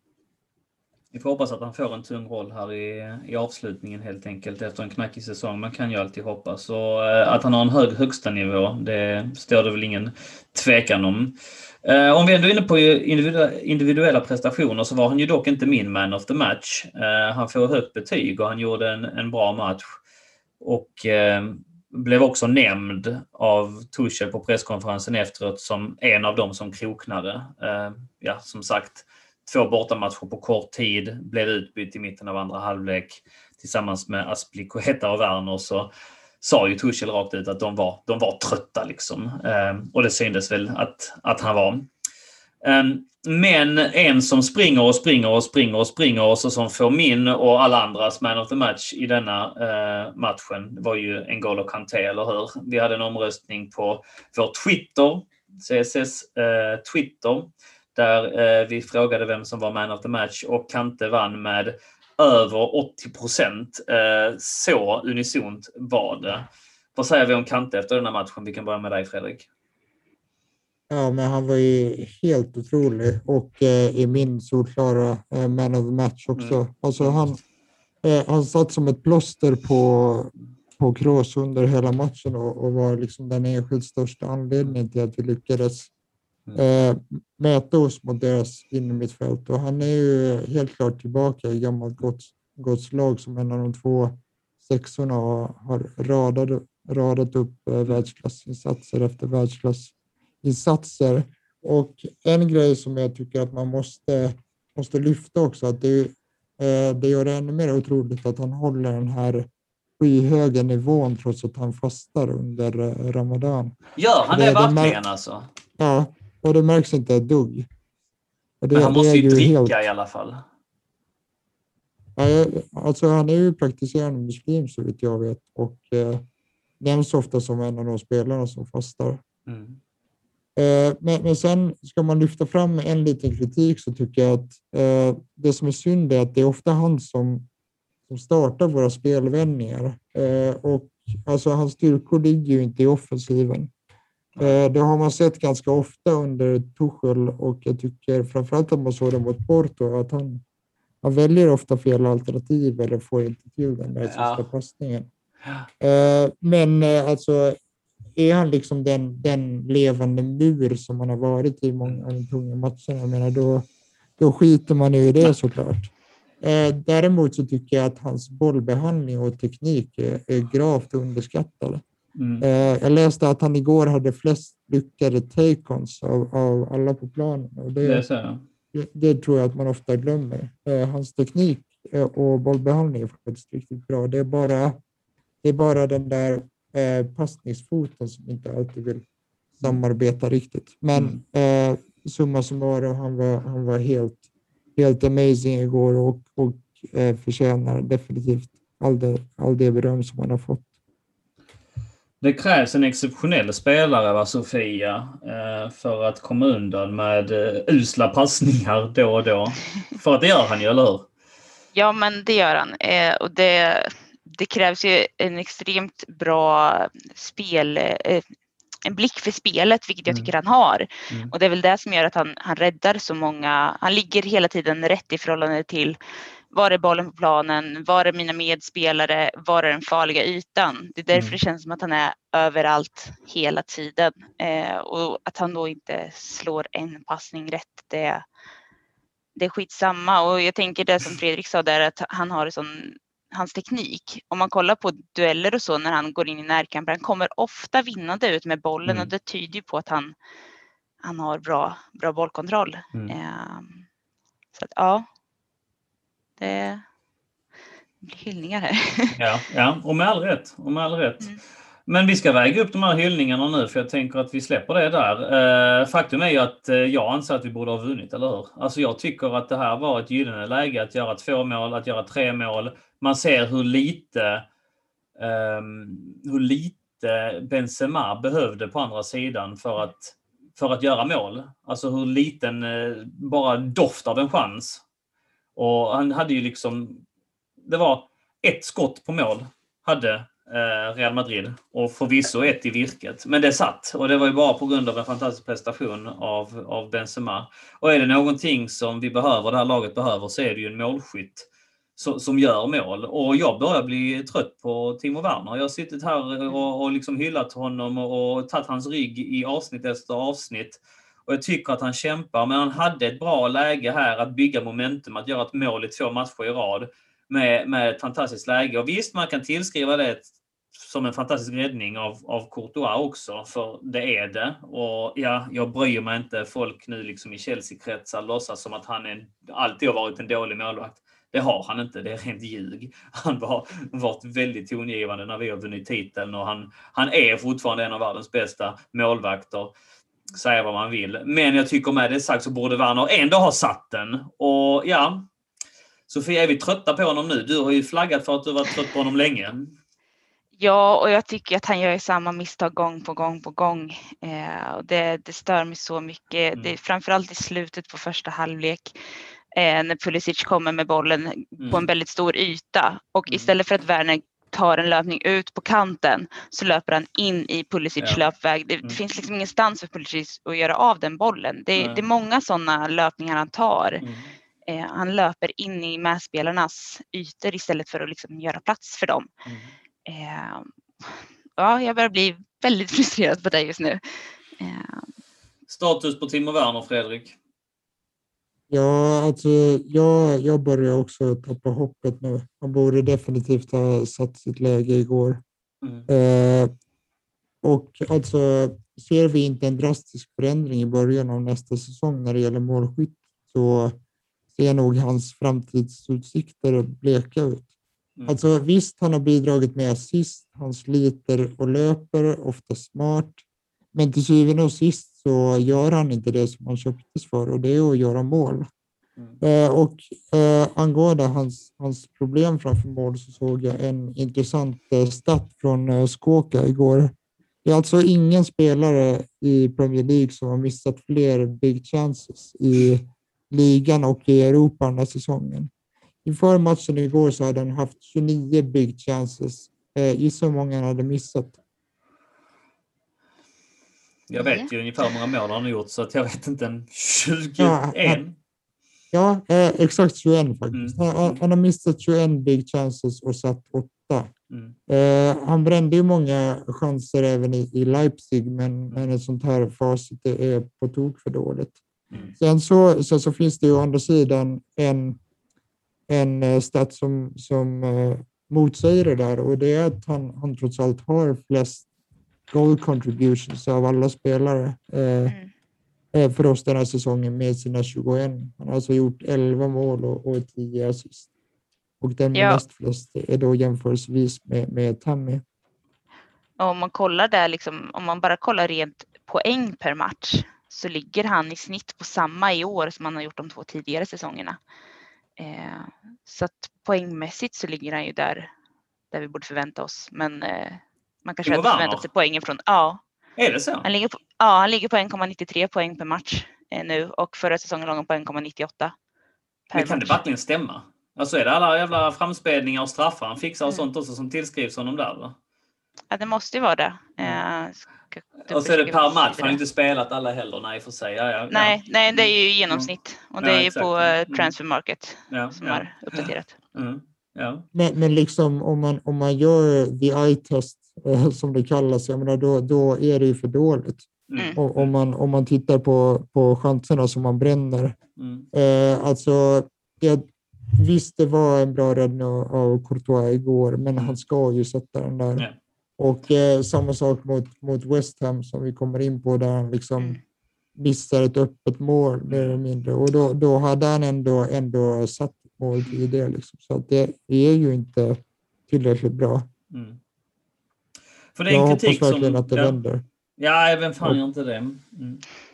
S1: Vi får hoppas att han får en tung roll här i, i avslutningen helt enkelt efter en knackig säsong. Man kan ju alltid hoppas. Och eh, att han har en hög högsta nivå, det står det väl ingen tvekan om. Eh, om vi ändå är inne på individuella, individuella prestationer, så var han ju dock inte min man of the match. Eh, han får högt betyg och han gjorde en, en bra match. Och eh, blev också nämnd av Tuchel på presskonferensen efteråt som en av dem som kroknade. Eh, ja, som sagt, två bortamatcher på kort tid, blev utbytt i mitten av andra halvlek tillsammans med Azpilicueta och Werner, så sa ju Tuchel rakt ut att de var, de var trötta liksom. Eh, och det syntes väl att, att han var. Eh, men en som springer och springer och springer och springer och så som får min och alla andras man of the match i denna eh, matchen var ju N'Golo Kanté, eller hur? Vi hade en omröstning på vår Twitter, C S S eh, Twitter, där eh, vi frågade vem som var man of the match, och Kanté vann med över åttio procent. Eh, så unisont var det. Vad säger vi om Kanté efter den här matchen? Vi kan börja med dig, Fredrik.
S3: Ja, men han var ju helt otrolig, och eh, i min solklara eh, man of the match också. Mm. Alltså han, eh, han satt som ett plåster på, på Kroos under hela matchen, och, och var liksom den enskilt största anledningen till att vi lyckades Eh, mäta oss mot deras innermittfält. Och han är ju helt klart tillbaka i gammalt gott, gott slag som en av de två sexorna, och har radat, radat upp eh, världsklassinsatser efter världsklassinsatser. Och en grej som jag tycker att man måste, måste lyfta också, att det, eh, det gör det ännu mer otroligt att han håller den här skyhöga nivån trots att han fastar under eh, Ramadan.
S1: Gör han det, det verkligen alltså?
S3: Ja. Och det märks inte ett dugg. Och det,
S1: men han måste
S3: det är
S1: ju dricka
S3: helt...
S1: i alla fall.
S3: Ja, alltså han är ju praktiserande muslim så vitt jag vet. Och eh, nämns ofta som en av de spelarna som fastar. Mm. Eh, men, men sen ska man lyfta fram en liten kritik, så tycker jag att eh, det som är synd är att det är ofta han som, som startar våra spelvändningar. Eh, och alltså hans styrkor ligger ju inte i offensiven. Det har man sett ganska ofta under Tuchel, och jag tycker framförallt att man såg det mot Porto, att han, han väljer ofta fel alternativ eller får inte till den där sista ja. passningen. Ja. Men alltså är han liksom den, den levande mur som han har varit i många av de tunga matcherna, jag menar, då, då skiter man ju i det såklart. Däremot så tycker jag att hans bollbehandling och teknik är, är gravt underskattade. Mm. Jag läste att han igår hade flest lyckade take-ons av, av alla på planen. Och det, det, det, det tror jag att man ofta glömmer. Hans teknik och bollbehandling är faktiskt riktigt bra. Det är bara, det är bara den där eh, passningsfoten som inte alltid vill samarbeta riktigt. Men mm. eh, summa summarum, han var, han var helt, helt amazing igår, och, och eh, förtjänar definitivt all det, all det beröm som han har fått.
S1: Det krävs en exceptionell spelare, va, Sofia, för att komma undan med usla passningar då och då. För att det gör han ju, eller hur?
S2: Ja, men det gör han. Eh, och det, det krävs ju en extremt bra spel, eh, en blick för spelet, vilket jag tycker mm. han har. Mm. Och det är väl det som gör att han, han räddar så många. Han ligger hela tiden rätt i förhållande till var är bollen på planen, var är mina medspelare, var är den farliga ytan. Det är därför mm. det känns som att han är överallt hela tiden. Eh, och att han då inte slår en passning rätt, det Det är skitsamma. Och jag tänker det som Fredrik sa där, att han har sån, hans teknik. Om man kollar på dueller och så när han går in i närkamper, han kommer ofta vinnande ut med bollen mm. och det tyder ju på att han, han har bra, bra bollkontroll. Mm. Eh, så att ja, det blir hyllningar här.
S1: Ja, ja, och med all rätt. Och med all rätt. Mm. Men vi ska väga upp de här hyllningarna nu, för jag tänker att vi släpper det där. Eh, faktum är ju att eh, jag anser att vi borde ha vunnit, eller hur? Alltså jag tycker att det här var ett gyllene läge att göra två mål, att göra tre mål. Man ser hur lite, eh, hur lite Benzema behövde på andra sidan för att, för att göra mål. Alltså hur liten, eh, bara doft av en chans. Och han hade ju liksom, det var ett skott på mål, hade Real Madrid, och förvisso ett i virket, men det satt, och det var ju bara på grund av en fantastisk prestation av, av Benzema. Och är det någonting som vi behöver, det här laget behöver, så är det ju en målskytt som, som gör mål. Och jag börjar bli trött på Timo Werner. Jag har suttit här och, och liksom hyllat honom och, och tagit hans rygg i avsnitt efter avsnitt, och jag tycker att han kämpar, men han hade ett bra läge här att bygga momentum, att göra ett mål i två matcher i rad med, med ett fantastiskt läge. Och visst, man kan tillskriva det som en fantastisk räddning av, av Courtois också, för det är det. Och ja, jag bryr mig inte, folk nu liksom i Chelsea-kretsar låtsas som att han är, alltid har varit en dålig målvakt. Det har han inte, det är rent ljug. Han har varit väldigt tongivande när vi har vunnit titeln, och han, han är fortfarande en av världens bästa målvakter. Säga vad man vill. Men jag tycker med det sagt så borde Werner ändå ha satt den. Och ja, Sofia, är vi trötta på honom nu? Du har ju flaggat för att du var trött på honom länge.
S2: Ja, och jag tycker att han gör samma misstag gång på gång på gång. Eh, och det, det stör mig så mycket. Mm. Det är framförallt i slutet på första halvlek. Eh, när Pulisic kommer med bollen mm. på en väldigt stor yta. Och mm. istället för att Werner tar en löpning ut på kanten, så löper han in i Pulisic ja. löpväg. Det, mm. det finns liksom ingenstans för Pulisic att göra av den bollen. Det, det är många sådana löpningar han tar. Mm. Eh, han löper in i medspelarnas ytor istället för att liksom göra plats för dem. Mm. Eh, ja, jag börjar bli väldigt frustrerad på det just nu. Eh.
S1: Status på Timo Werner, Fredrik?
S3: Ja, alltså jag, jag börjar också tappa hoppet nu. Han borde definitivt ha satt sitt läge igår. Mm. Eh, och alltså ser vi inte en drastisk förändring i början av nästa säsong när det gäller målskytt, så ser nog hans framtidsutsikter bleka ut. Mm. Alltså visst, han har bidragit med assist, han sliter och löper, ofta smart. Men till syvende och sist så gör han inte det som han köptes för, och det är att göra mål. Mm. Eh, och eh, angående hans, hans problem framför mål, så såg jag en intressant eh, stat från eh, Skåka igår. Det är alltså ingen spelare i Premier League som har missat fler big chances i ligan och i Europa den här säsongen. Inför matchen igår så hade han haft tjugonio big chances. Eh, gissa hur många han hade missat.
S1: Jag vet ju ungefär hur många mål han har gjort, så att jag vet inte, en tjugoen.
S3: Ja, ja eh, exakt tjugoen faktiskt. Mm. Han, han har missat tjugoen big chances och satt åtta. Mm. Eh, han brände ju många chanser även i, i Leipzig, men, men ett sånt här facit är på tok för dåligt. Mm. Sen så, så, så finns det ju å andra sidan en, en stat som, som eh, motsäger det där, och det är att han, han trots allt har flest goal contributions av alla spelare eh, mm. för oss den här säsongen med sina tjugoen. Han har alltså gjort elva mål och, och tio assist. Och den ja. näst flest är då jämförelsevis med, med Tammy.
S2: Om man kollar där, liksom, om man bara kollar rent poäng per match, så ligger han i snitt på samma i år som han har gjort de två tidigare säsongerna. Eh, så att poängmässigt så ligger han ju där, där vi borde förvänta oss. Men eh, man kanske hade förväntat sig poängen från. Ja.
S1: Är det så?
S2: Han ligger på, ja, han ligger på en komma nittiotre poäng per match eh, nu och förra säsongen låg han på en komma nittioåtta per
S1: Men kan
S2: match.
S1: det verkligen stämma? Alltså är det alla jävla framspelningar och straffar han fixar och
S2: Mm.
S1: sånt också som tillskrivs honom där, va?
S2: Ja, det måste ju vara det. Eh, ska,
S1: och så är det per match. Han har inte spelat alla heller, nej, för sig. Ja, ja,
S2: nej,
S1: ja.
S2: nej, det är ju genomsnitt. Och det
S1: Ja,
S2: är ju
S1: exakt.
S2: på
S1: Mm.
S2: Transfer Market
S1: ja,
S2: som
S1: ja.
S2: har uppdaterat.
S1: Mm. Ja.
S3: Men, men liksom om man, om man gör the eye test eh, som det kallas, jag menar, då, då är det ju för dåligt.
S1: Mm.
S3: Och, om, man, om man tittar på, på chanserna som man bränner.
S1: Mm.
S3: Eh, alltså, jag, visst det var en bra räddning av, av Courtois igår, men
S1: Mm.
S3: han ska ju sätta den där.
S1: Ja.
S3: Och eh, samma sak mot, mot West Ham som vi kommer in på, där han liksom
S2: Mm.
S3: missar ett öppet mål mer eller mindre. Och då, då hade han ändå, ändå satt mål tidigare. Liksom. Så att det är ju inte tillräckligt bra.
S1: Mm. För det är en
S3: jag
S1: kritik
S3: hoppas verkligen
S1: som,
S3: att det
S1: ja.
S3: vänder.
S1: Ja, vem fan gör inte det? Mm.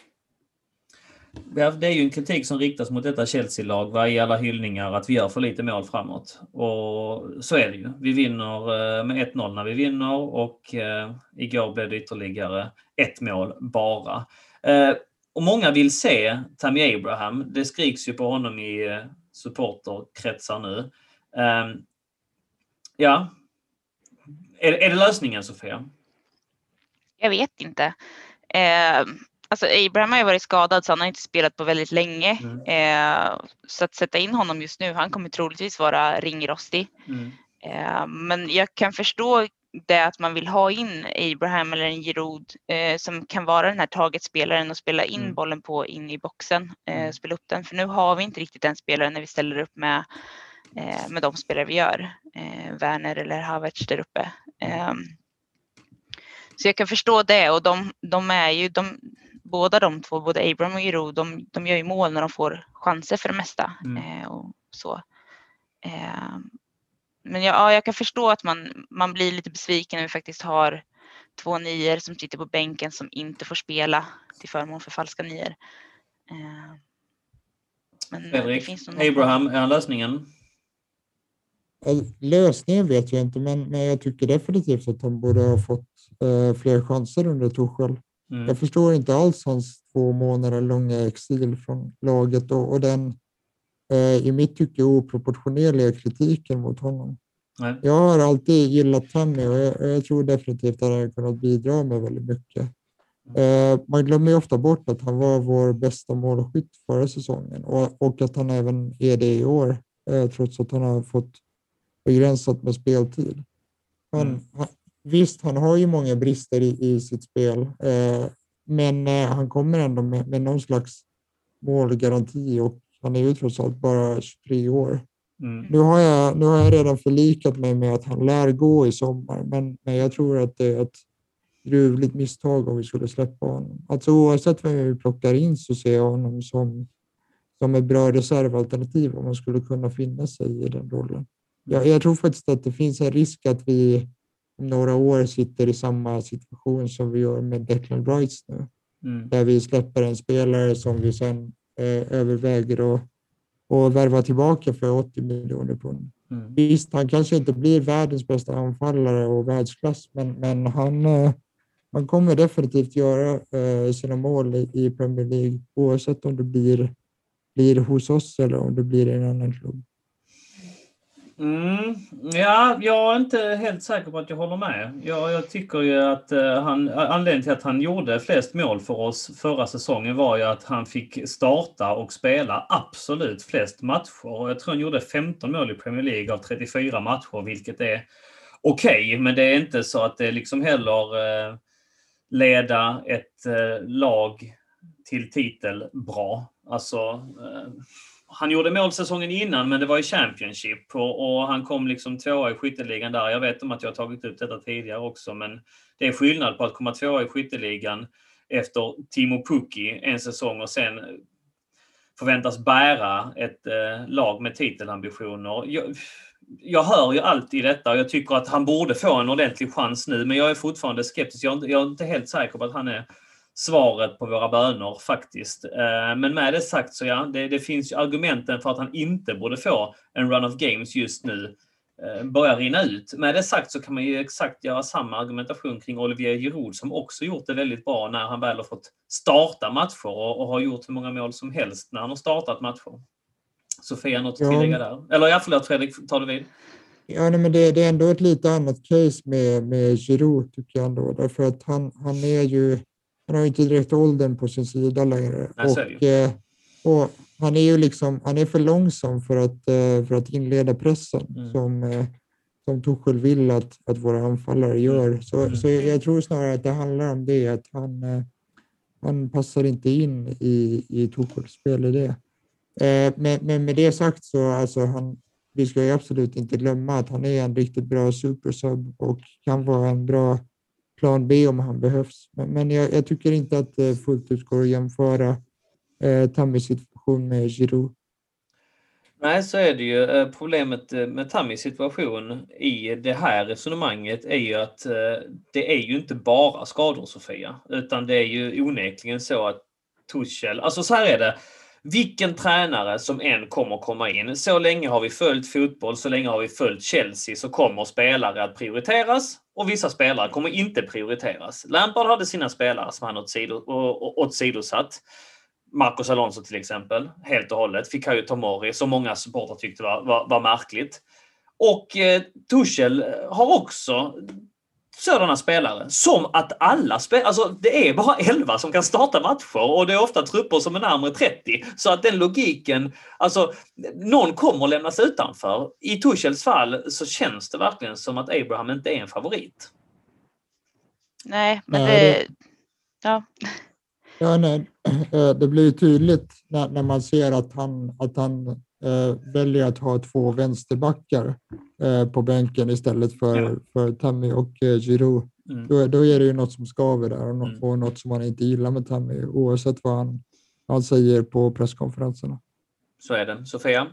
S1: Det är ju en kritik som riktas mot detta Chelsea-lag, va, i alla hyllningar, att vi gör för lite mål framåt. Och så är det ju. Vi vinner med ett noll när vi vinner och eh, igår blev det ytterligare ett mål bara. Eh, och många vill se Tammy Abraham. Det skriks ju på honom i eh, supporterkretsar nu. Eh, ja. Är, är det lösningen, Sofia?
S2: Jag vet inte. Eh, alltså Abraham har ju varit skadad så han har inte spelat på väldigt länge.
S1: Mm.
S2: Eh, så att sätta in honom just nu, han kommer troligtvis vara ringrostig.
S1: Mm.
S2: Eh, men jag kan förstå det att man vill ha in Abraham eller en Giroud eh, som kan vara den här targetspelaren och spela in
S1: Mm.
S2: bollen på in i boxen. Eh,
S1: Mm.
S2: spela upp den. För nu har vi inte riktigt den spelaren när vi ställer upp med, eh, med de spelare vi gör. Eh, Werner eller Havertz där uppe. Eh, Så jag kan förstå det och de, de är ju, de, båda de två, både Abraham och Giroud, de, de gör ju mål när de får chanser för det mesta.
S1: Mm.
S2: Eh, och så. Eh, men jag, ja, jag kan förstå att man, man blir lite besviken när vi faktiskt har två nior som sitter på bänken som inte får spela till förmån för falska nior. Eh, men
S1: Fredrik,
S2: det finns någon
S1: Abraham, är han lösningen?
S3: Lösningen vet jag inte, men, men jag tycker definitivt att han borde ha fått eh, fler chanser under Tuchel.
S1: Mm.
S3: Jag förstår inte alls hans två månader långa exil från laget och, och den eh, i mitt tycke oproportionerliga kritiken mot honom.
S1: Nej.
S3: Jag har alltid gillat Tammy och jag, jag tror definitivt att han har kunnat bidra med väldigt mycket. Eh, man glömmer ju ofta bort att han var vår bästa målskytt förra säsongen och, och att han även är det i år, eh, trots att han har fått begränsat med speltid. Han,
S1: Mm.
S3: han, visst, han har ju många brister i, i sitt spel, eh, men eh, han kommer ändå med, med någon slags målgaranti och han är ju trots allt bara tjugotre år.
S1: Mm.
S3: Nu har jag, nu har jag redan förlikat mig med att han lär gå i sommar, men, men jag tror att det är ett gruvligt misstag om vi skulle släppa honom. Alltså oavsett vem vi plockar in så ser jag honom som, som ett bra reservalternativ om man skulle kunna finna sig i den rollen. Jag, jag tror faktiskt att det finns en risk att vi om några år sitter i samma situation som vi gör med Declan Rice nu.
S1: Mm.
S3: Där vi släpper en spelare som vi sen eh, överväger att och värva tillbaka för åttio miljoner pund.
S1: Mm.
S3: Visst, han kanske inte blir världens bästa anfallare och världsklass, men, men han, eh, han kommer definitivt göra eh, sina mål i, i Premier League oavsett om det blir, blir hos oss eller om det blir i en annan klubb.
S1: Mm, ja, jag är inte helt säker på att jag håller med. Jag, jag tycker ju att uh, han, anledningen till att han gjorde flest mål för oss förra säsongen var ju att han fick starta och spela absolut flest matcher. Jag tror han gjorde femton mål i Premier League av trettiofyra matcher, vilket är okej, okay, men det är inte så att det liksom heller uh, leda ett uh, lag till titel bra. Alltså... Uh, Han gjorde mål säsongen innan, men det var i Championship och, och han kom liksom tvåa i skytteligan där. Jag vet om att jag har tagit ut detta tidigare också, men det är skillnad på att komma tvåa i skytteligan efter Timo Pukki en säsong och sen förväntas bära ett eh, lag med titelambitioner. Jag, jag hör ju allt i detta och jag tycker att han borde få en ordentlig chans nu, men jag är fortfarande skeptisk. Jag är inte, jag är inte helt säker på att han är svaret på våra bönor faktiskt. Men med det sagt så ja, det, det finns ju argumenten för att han inte borde få en run of games just nu. börjar rinna ut. Med det sagt så kan man ju exakt göra samma argumentation kring Olivier Giroud som också gjort det väldigt bra när han väl har fått starta matcher och, och har gjort hur många mål som helst när han har startat matcher. Sofia, något att
S3: Ja.
S1: tillägga där? Eller ja, förlåt Fredrik, tar du vid?
S3: Ja, nej, men det, det är ändå ett lite annat case med, med Giroud tycker jag ändå. Därför att han, han är ju, han har ju inte direkt åldern på sin sida längre.
S1: Nej, så är det ju.
S3: och, eh, och han är ju liksom, han är för långsam för att, eh, för att inleda pressen
S1: Mm.
S3: som, eh, som Tuchel vill att, att våra anfallare gör. Så,
S1: Mm.
S3: så jag tror snarare att det handlar om det, att han, eh, han passar inte in i, i Tuchels spelidé. Eh, men, men med det sagt så alltså han, vi ska ju absolut inte glömma att han är en riktigt bra supersub och kan vara en bra plan B om han behövs. Men, men jag, jag tycker inte att det fullt ut går att jämföra eh, Tammys situation med Giroud.
S1: Nej, så är det ju. Problemet med Tammys situation i det här resonemanget är ju att det är ju inte bara skador, Sofia, utan det är ju onekligen så att Tuchel, alltså så här är det, vilken tränare som än kommer komma in, så länge har vi följt fotboll, så länge har vi följt Chelsea, så kommer spelare att prioriteras och vissa spelare kommer inte prioriteras. Lampard hade sina spelare som han åt, sido, åt sidosatt. Marcos Alonso till exempel, helt och hållet. Fikayo Tomori, som många supportrar tyckte var, var, var märkligt. Och eh, Tuchel har också sådana spelare som att alla spelare, alltså det är bara elva som kan starta matcher och det är ofta trupper som är närmare trettio. Så att den logiken, alltså någon kommer att lämnas utanför. I Tuchels fall så känns det verkligen som att Abraham inte är en favorit.
S2: Nej, men
S3: Nej,
S2: det...
S3: det-
S2: Ja.
S3: Ja, nej, eh, det blir ju tydligt när, när man ser att han, att han eh, väljer att ha två vänsterbackar eh, på bänken istället för,
S1: Ja.
S3: för Tammy och eh, Giroud.
S1: Mm.
S3: Då, då är det ju något som skaver där och något,
S1: Mm.
S3: och något som man inte gillar med Tammy oavsett vad han, han säger på presskonferenserna.
S1: Så är det. Sofia?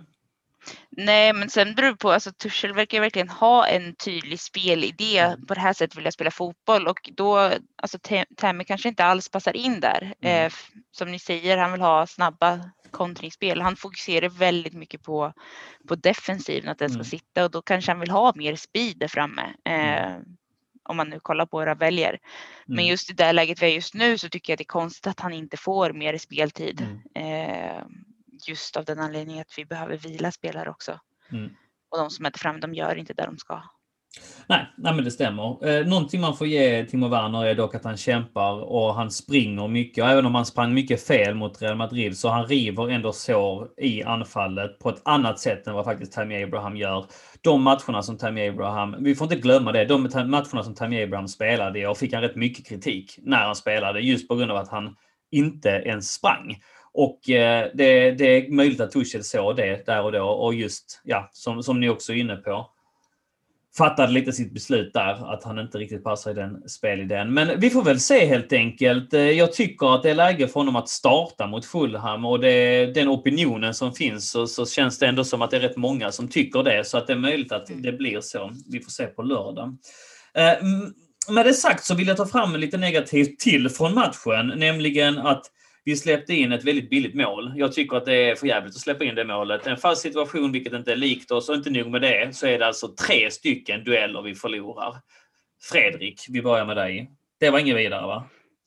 S2: Nej, men sen beror det på, alltså Tuchel verkar verkligen ha en tydlig spelidé.
S1: Mm.
S2: På det här sättet vill jag spela fotboll och då, alltså Tammy kanske inte alls passar in där.
S1: Mm.
S2: Eh, som ni säger, han vill ha snabba kontringsspel. Han fokuserar väldigt mycket på, på defensiven, att den ska
S1: Mm.
S2: sitta och då kanske han vill ha mer speed där framme. Eh,
S1: Mm.
S2: Om man nu kollar på våra väljer. Men
S1: Mm.
S2: just i det läget vi är just nu så tycker jag det är konstigt att han inte får mer speltid.
S1: Mm.
S2: Eh, just av den anledningen att vi behöver vila spelare också.
S1: Mm.
S2: Och de som är fram, de gör inte det de ska.
S1: Nej, nej, men det stämmer. Eh, någonting man får ge Timo Werner är dock att han kämpar och han springer mycket. Och även om han sprang mycket fel mot Real Madrid så han river ändå sår i anfallet på ett annat sätt än vad faktiskt Tammy Abraham gör. De matcherna som Tammy Abraham, vi får inte glömma det, de matcherna som Tammy Abraham spelade och fick han rätt mycket kritik när han spelade just på grund av att han inte ens sprang. Och eh, det, det är möjligt att Tuchel såg det där och då och just, ja, som, som ni också är inne på, fattade lite sitt beslut där att han inte riktigt passar i den spelidén. Men vi får väl se helt enkelt. Jag tycker att det är läge för honom att starta mot Fulham och det, den opinionen som finns så, så känns det ändå som att det är rätt många som tycker det, så att det är möjligt att det blir så. Vi får se på lördag. Eh, med det sagt så vill jag ta fram lite negativt till från matchen, nämligen att vi släppte in ett väldigt billigt mål. Jag tycker att det är för jävligt att släppa in det målet. En fast situation, vilket inte är likt oss, och inte nog med det, så är det alltså tre stycken dueller vi förlorar. Fredrik, vi börjar med dig. Det var ingen vidare, va?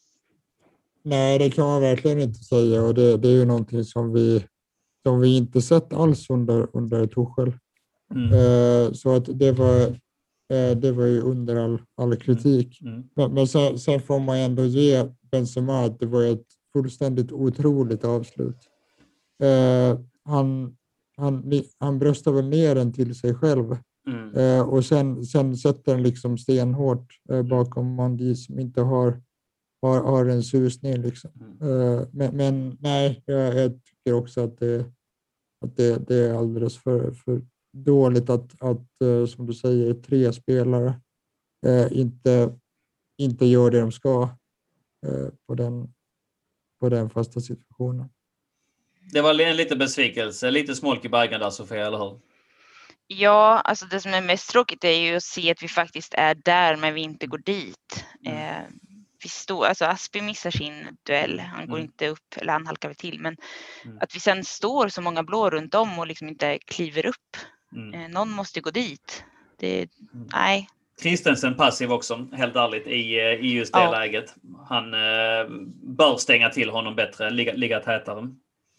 S3: Nej, det kan man verkligen inte säga och det, det är ju någonting som vi, som vi inte sett alls under, under Tuchel.
S1: Mm.
S3: Eh, så att det var, eh, det var ju under all, all kritik.
S1: Mm.
S3: Men, men sen, sen får man ändå ge Benzema att det var ett fullständigt otroligt avslut. Eh, han, han, han bröstar väl ner den till sig själv.
S1: Mm.
S3: Eh, och sen, sen sätter den liksom stenhårt eh, bakom Mandi som inte har, har, har en susning. Liksom. Eh, men, men nej, jag, jag tycker också att det, att det, det är alldeles för, för dåligt att, att eh, som du säger, tre spelare eh, inte, inte gör det de ska eh, på den på den fasta situationen.
S1: Det var en liten besvikelse, lite smolk i baggen där, Sofia, eller hur?
S2: Ja, alltså det som är mest tråkigt är ju att se att vi faktiskt är där men vi inte går dit. Mm. Eh, vi står, alltså Aspi missar sin duell, han går mm. inte upp, eller han halkar väl till, men mm. att vi sen står så många blå runt om och liksom inte kliver upp
S1: Mm.
S2: Eh, någon måste gå dit. Det, mm. Nej.
S1: Christensen passiv också, helt ärligt, i, i just det ja. läget. Han eh, bör stänga till honom bättre, ligga, ligga tätare.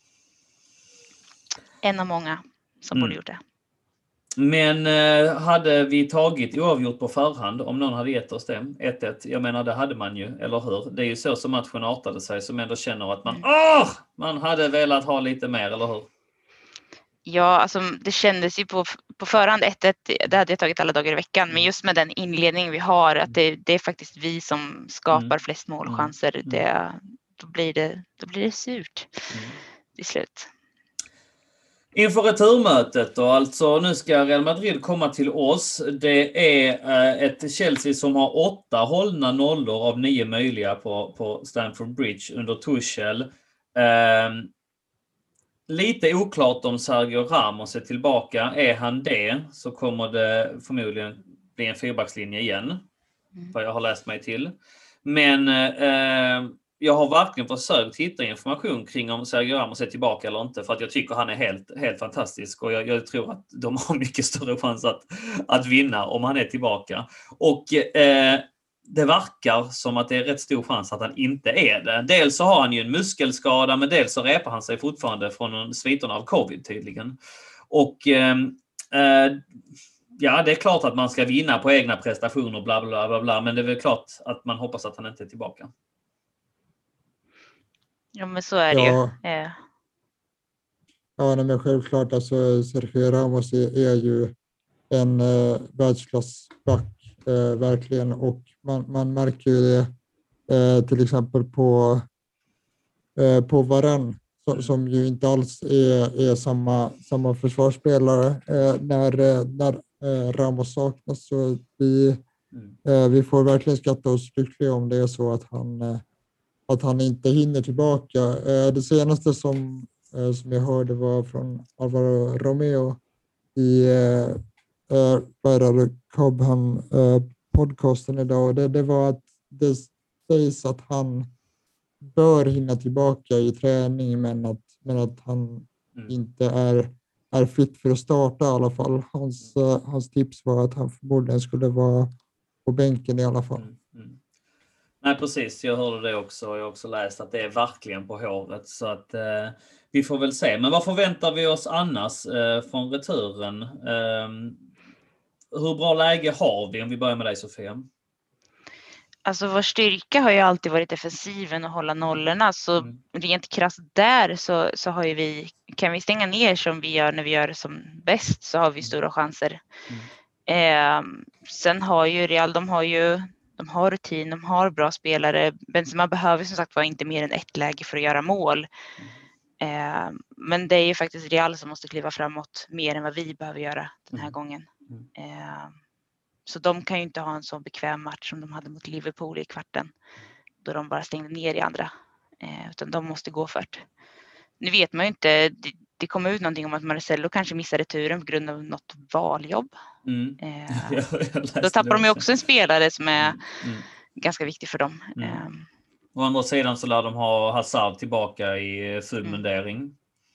S2: En av många som mm. borde gjort det.
S1: Men eh, hade vi tagit oavgjort på förhand, om någon hade gett oss det, ett ett, jag menar det hade man ju, eller hur? Det är ju så som matchen artade sig, som ändå känner att man, mm. åh, man hade velat ha lite mer, eller hur?
S2: Ja, alltså det kändes ju på, på förhand ett ett, det hade jag tagit alla dagar i veckan, men just med den inledning vi har, att det, det är faktiskt vi som skapar mm. flest målchanser, mm. det, då, blir det, då blir det surt mm. till slut.
S1: Inför returmötet då, alltså nu ska Real Madrid komma till oss. Det är ett Chelsea som har åtta hållna nollor av nio möjliga på, på Stamford Bridge under Tuchel. Eh, lite oklart om Sergio Ramos är tillbaka. Är han det så kommer det förmodligen bli en fyrbackslinje igen. Mm. Vad jag har läst mig till. Men eh, jag har verkligen försökt hitta information kring om Sergio Ramos är tillbaka eller inte, för att jag tycker han är helt, helt fantastisk och jag, jag tror att de har mycket större chans att, att vinna om han är tillbaka. Och eh, det verkar som att det är rätt stor chans att han inte är det. Dels så har han ju en muskelskada, men dels så repar han sig fortfarande från sviterna av covid tydligen. Och eh, eh, ja, det är klart att man ska vinna på egna prestationer, bla bla bla bla, men det är väl klart att man hoppas att han inte är tillbaka.
S2: Ja, men så är det ja. ju. Ja,
S3: ja nej, men självklart. Alltså, Sergio Ramos är, är ju en eh, världsklassback, eh, verkligen. Och man, man märker ju det eh, till exempel på, eh, på Varane, som, som ju inte alls är, är samma, samma försvarsspelare. Eh, när när eh, Ramos saknas, så vi, eh, vi får verkligen skatta oss lyckliga om det är så att han eh, att han inte hinner tillbaka. Det senaste som, som jag hörde var från Alvaro Romeo i äh, Cobham äh, podcasten idag. Det, det var att det sägs att han bör hinna tillbaka i träning, men att, men att han mm. inte är, är fit för att starta i alla fall. Hans, äh, hans tips var att han förmodligen skulle vara på bänken i alla fall.
S1: Mm. Mm. Nej, precis. Jag hörde det också. Jag har också läst att det är verkligen på håret. Så att eh, vi får väl se. Men vad förväntar vi oss annars eh, från returen? Eh, hur bra läge har vi, om vi börjar med dig, Sofia?
S2: Alltså vår styrka har ju alltid varit defensiven och hålla nollorna. Så mm. rent krasst där så, så har ju vi, kan vi stänga ner som vi gör när vi gör som bäst, så har vi stora chanser. Mm. Eh, sen har ju Real, de har ju De har rutin, de har bra spelare. Benzema behöver som sagt var inte mer än ett läge för att göra mål. Eh, men det är ju faktiskt Real som måste kliva framåt mer än vad vi behöver göra den här gången. Eh, så de kan ju inte ha en så bekväm match som de hade mot Liverpool i kvarten, då de bara stängde ner i andra. Eh, utan de måste gå för det. Nu vet man ju inte, det, det kommer ut någonting om att Marcelo kanske missar returen på grund av något valjobb. Mm. Eh, jag, jag då tappar de ju också en spelare som är mm. Mm. ganska viktig för dem.
S1: Mm. Eh. Å andra sidan så lär de ha Hazard tillbaka i full mm. mundering.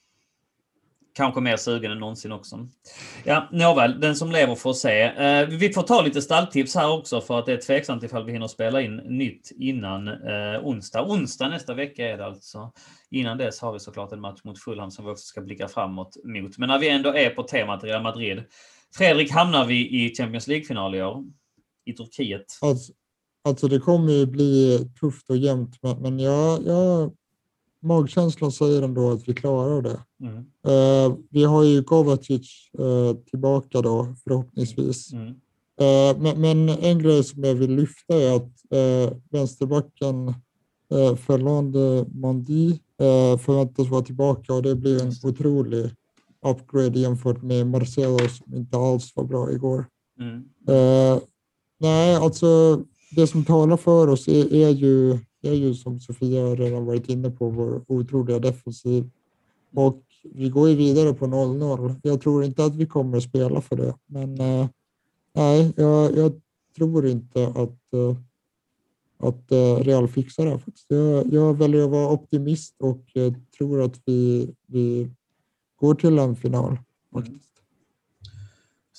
S1: Kanske mer sugen än någonsin också. Ja, nåväl, den som lever får se. Eh, vi får ta lite stalltips här också, för att det är tveksamt ifall vi hinner spela in nytt innan eh, onsdag. Onsdag nästa vecka är det alltså. Innan dess har vi såklart en match mot Fulham som vi också ska blicka framåt mot. Men när vi ändå är på temat Real Madrid. Fredrik, hamnar vi i Champions League-final i år? I Turkiet?
S3: Alltså, alltså det kommer ju bli tufft och jämnt, men, men jag... jag... magkänslan säger ändå att vi klarar det. Mm. Uh, vi har ju Kovacic uh, tillbaka då, förhoppningsvis. Mm. Uh, men, men en grej som jag vill lyfta är att uh, vänsterbacken uh, Fernando Mendy uh, förväntas vara tillbaka, och det blir en otrolig upgrade jämfört med Marcelo som inte alls var bra igår. Mm. Uh, nej, alltså det som talar för oss är, är ju är ju som Sofia redan varit inne på, vår otroliga defensiv. Och vi går ju vidare på noll noll. Jag tror inte att vi kommer att spela för det. Men äh, nej, jag, jag tror inte att, äh, att äh, Real fixar det. Faktiskt. Jag, jag väljer att vara optimist och äh, tror att vi, vi går till en final. Faktiskt.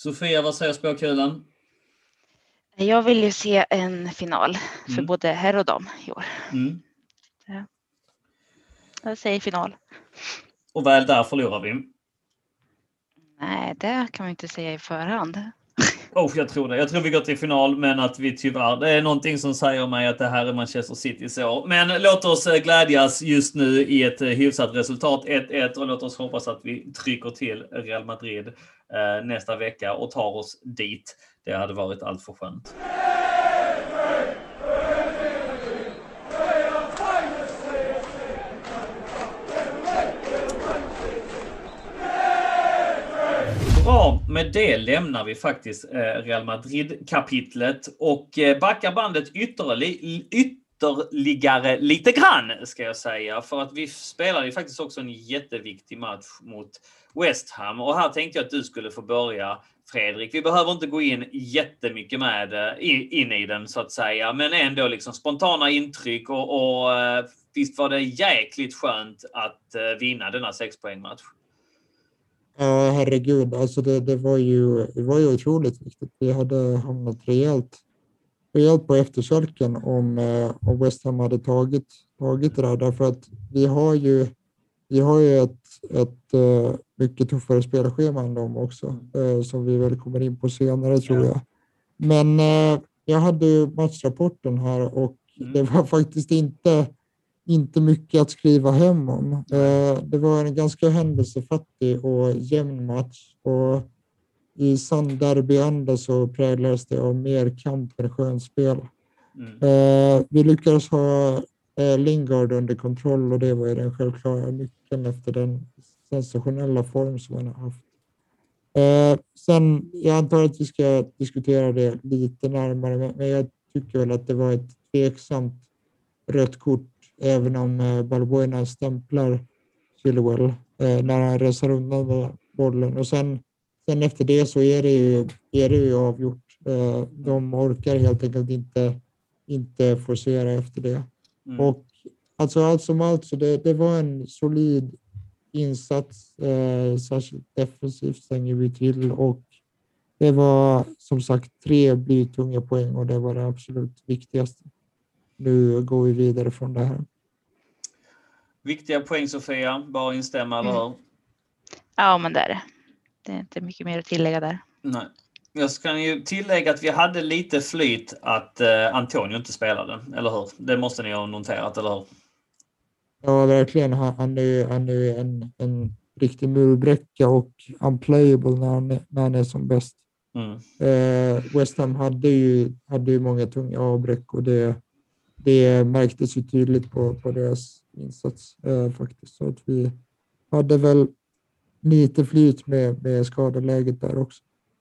S1: Sofia, vad säger spåkulan?
S2: Jag vill ju se en final för
S1: Mm.
S2: både herr och dam i år.
S1: Mm.
S2: Ja. Jag säger final.
S1: Och väl där förlorar vi.
S2: Nej, det kan man inte säga i förhand.
S1: Oh, jag tror det. Jag tror vi går till final, men att vi tyvärr... Det är någonting som säger mig att det här är Manchester City så. Men låt oss glädjas just nu i ett hyfsat resultat. ett ett och låt oss hoppas att vi trycker till Real Madrid eh, nästa vecka och tar oss dit. Det hade varit allt för skönt. Bra, med det lämnar vi faktiskt Real Madrid-kapitlet och backar bandet ytterlig- ytterligare lite grann, ska jag säga. För att vi spelade ju faktiskt också en jätteviktig match mot West Ham. Och här tänkte jag att du skulle få börja, Fredrik. Vi behöver inte gå in jättemycket med in i den, så att säga. Men ändå liksom spontana intryck och, och visst var det jäkligt skönt att vinna denna sexpoängmatch.
S3: Ja, herregud. Alltså det, det, var ju, det var ju otroligt viktigt. Vi hade hamnat rejält, rejält på efterkälken om, eh, om West Ham hade tagit, tagit det där. Därför att vi har ju, vi har ju ett, ett uh, mycket tuffare spelschema än dem också. Uh, som vi väl kommer in på senare, tror ja. jag. Men uh, jag hade ju matchrapporten här och mm. det var faktiskt inte... inte mycket att skriva hem om. Eh, det var en ganska händelsefattig och jämn match. Och i sann derbyanda så präglades det av mer kamp än skönspel. Mm. Eh, vi lyckades ha eh, Lingard under kontroll och det var ju den självklara nyckeln efter den sensationella form som han har haft. Eh, sen, jag antar att vi ska diskutera det lite närmare, men jag tycker väl att det var ett tveksamt rött kort. Även om eh, Balbuena stämplar Chilwell eh, när han resar undan bollen. Och sen, sen efter det så är det ju, är det ju avgjort. Eh, de orkar helt enkelt inte, inte forcera efter det. Mm. Och alltså allt som allt så det, det var en solid insats. Eh, särskilt defensivt stänger vi till. Och det var som sagt tre blytunga poäng och det var det absolut viktigaste. Nu går vi vidare från det här.
S1: Viktiga poäng, Sofia. Bara instämma, eller hur?
S2: Ja, men det är det. Det är inte mycket mer att tillägga där.
S1: Nej. Jag ska ju tillägga att vi hade lite flyt att eh, Antonio inte spelade, eller hur? Det måste ni ha noterat, eller hur?
S3: Ja, verkligen. Han är, han är en, en riktig murbräcka och unplayable när han, när han är som bäst. Mm. Eh, West Ham hade ju, hade ju många tunga avbräck och det Det märktes ju tydligt på, på deras insats eh, faktiskt. Så att vi hade väl lite flyt med, med skadeläget där också.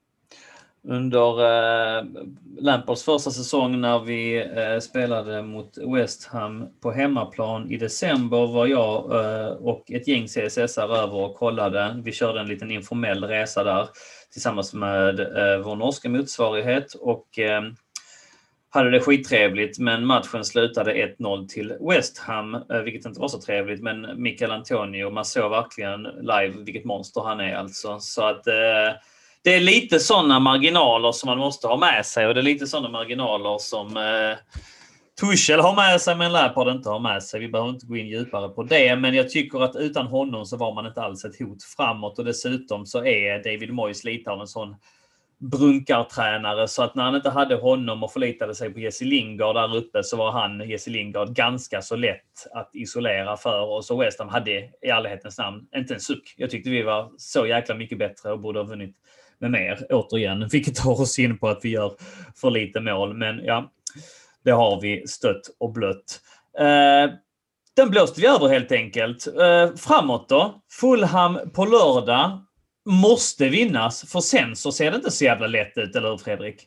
S1: Under eh, Lampards första säsong när vi eh, spelade mot West Ham på hemmaplan i december var jag eh, och ett gäng C S S-are över och kollade. Vi körde en liten informell resa där tillsammans med eh, vår norska motsvarighet och eh, hade det skittrevligt, men matchen slutade ett noll till West Ham, vilket inte var så trevligt, men Michael Antonio, man såg verkligen live vilket monster han är alltså. Så att eh, det är lite sådana marginaler som man måste ha med sig och det är lite sådana marginaler som eh, Tuchel har med sig men Lampard inte har med sig. Vi behöver inte gå in djupare på det, men jag tycker att utan honom så var man inte alls ett hot framåt och dessutom så är David Moyes lite av en sån brunkartränare så att när han inte hade honom och förlitade sig på Jesse Lingard där uppe så var han, Jesse Lingard, ganska så lätt att isolera för och så West Ham hade i allhetens namn inte en suck. Jag tyckte vi var så jäkla mycket bättre och borde ha vunnit med mer återigen, vilket tar oss in på att vi gör för lite mål, men ja, det har vi stött och blött. Eh, den blåste vi över helt enkelt. Eh, framåt då, Fulham på lördag måste vinnas, för sen så ser det inte så jävla lätt ut, eller hur Fredrik?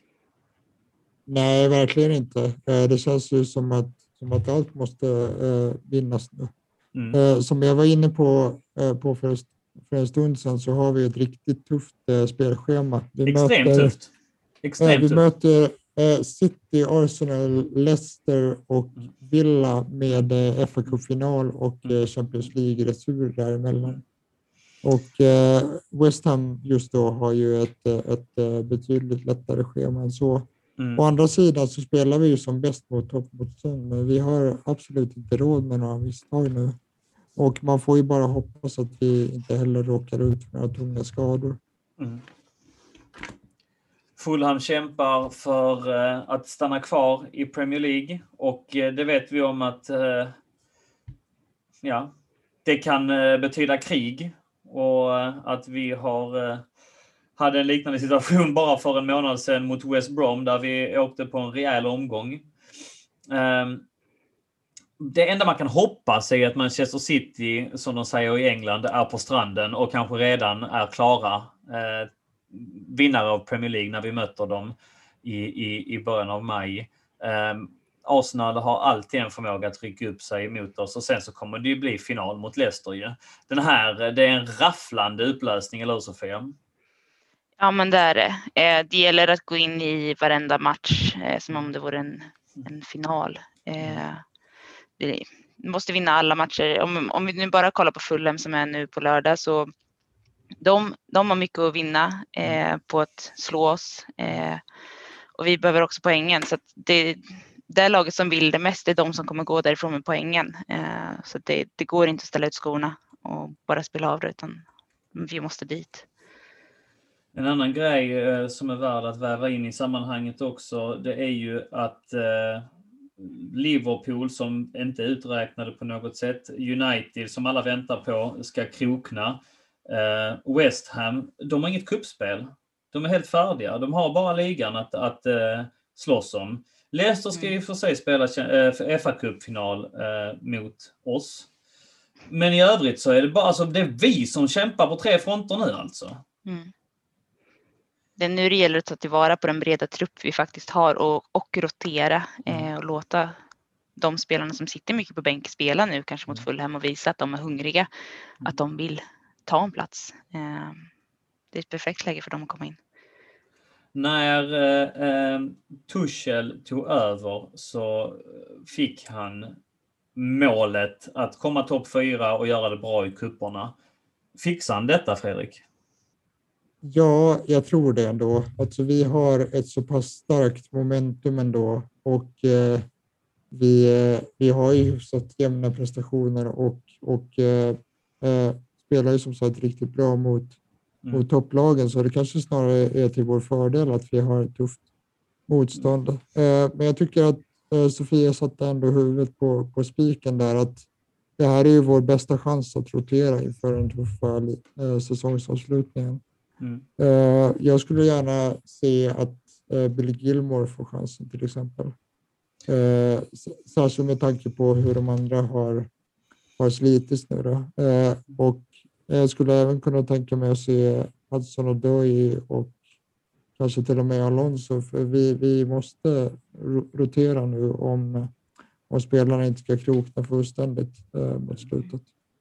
S3: Nej, verkligen inte. Det känns ju som att, som att allt måste uh, vinnas nu. Mm. Uh, som jag var inne på, uh, på för, för en stund sedan så har vi ett riktigt tufft uh, spelschema. Vi
S1: Extremt
S3: möter,
S1: tufft. Extremt
S3: uh, vi
S1: tufft.
S3: möter uh, City, Arsenal, Leicester och Villa med uh, F A Cup-final och uh, Champions League-retur däremellan. Och eh, West Ham just då har ju ett, ett, ett betydligt lättare schema än så.
S1: Mm.
S3: Å andra sidan så spelar vi ju som bäst mot toppmotstånd, men vi har absolut inte råd med några misstag nu. Och man får ju bara hoppas att vi inte heller råkar ut för några tunga skador.
S1: Mm. Fulham kämpar för uh, att stanna kvar i Premier League och uh, det vet vi om att uh, ja, det kan uh, betyda krig och uh, att vi har uh, hade en liknande situation bara för en månad sedan mot West Brom där vi åkte på en rejäl omgång. Uh, det enda man kan hoppas är att Manchester City, som de säger i England, är på stranden och kanske redan är klara uh, vinnare av Premier League när vi möter dem i, i, i början av maj. Um, Arsenal har alltid en förmåga att rycka upp sig mot oss och sen så kommer det ju bli final mot Leicester ju. Den här, det är en rafflande upplösning, eller hur Sofia?
S2: Ja, men det är det. Eh, det gäller att gå in i varenda match eh, som om det vore en, en final. Eh, vi måste vinna alla matcher. Om, om vi nu bara kollar på Fulham som är nu på lördag, så De, de har mycket att vinna eh, på att slå oss eh, och vi behöver också poängen, så att det, det laget som vill det mest är de som kommer gå därifrån med poängen, eh, så att det, det går inte att ställa ut skorna och bara spela av det, utan vi måste dit.
S1: En annan grej eh, som är värd att väva in i sammanhanget också, det är ju att eh, Liverpool, som inte är uträknade på något sätt, United som alla väntar på ska krokna, Uh, West Ham, de har inget kuppspel. De är helt färdiga. De har bara ligan att, att uh, slåss om. Leicester ska ju för sig spela uh, F A-cupfinal uh, mot oss. Men i övrigt så är det bara, alltså, det är vi som kämpar på tre fronter nu alltså.
S2: Mm. Det är nu det gäller att ta tillvara på den breda trupp vi faktiskt har och, och rotera eh, och låta de spelarna som sitter mycket på bänk spela nu kanske mot Fulham och visa att de är hungriga, att de vill ta en plats. Det är ett perfekt läge för dem att komma in.
S1: När eh, Tuchel tog över så fick han målet att komma topp fyra och göra det bra i kupperna. Fixar han detta, Fredrik?
S3: Ja, jag tror det ändå. Alltså, vi har ett så pass starkt momentum ändå och eh, vi, eh, vi har ju hyfsat jämna prestationer och, och eh, eh, spelar ju som sagt riktigt bra mot, mm. mot topplagen, så det kanske snarare är till vår fördel att vi har ett tufft motstånd. Mm. Eh, men jag tycker att eh, Sofia satte ändå huvudet på, på spiken där, att det här är ju vår bästa chans att rotera inför den tuffa eh, säsongsavslutningen. Mm. Eh, jag skulle gärna se att eh, Billy Gilmore får chansen till exempel. Eh, särskilt med tanke på hur de andra har, har slitits nu då. Eh, och jag skulle även kunna tänka mig att se Hudson Odoi och kanske till och med Alonso, för vi, vi måste rotera nu om, om spelarna inte ska krokna fullständigt eh, mot slutet.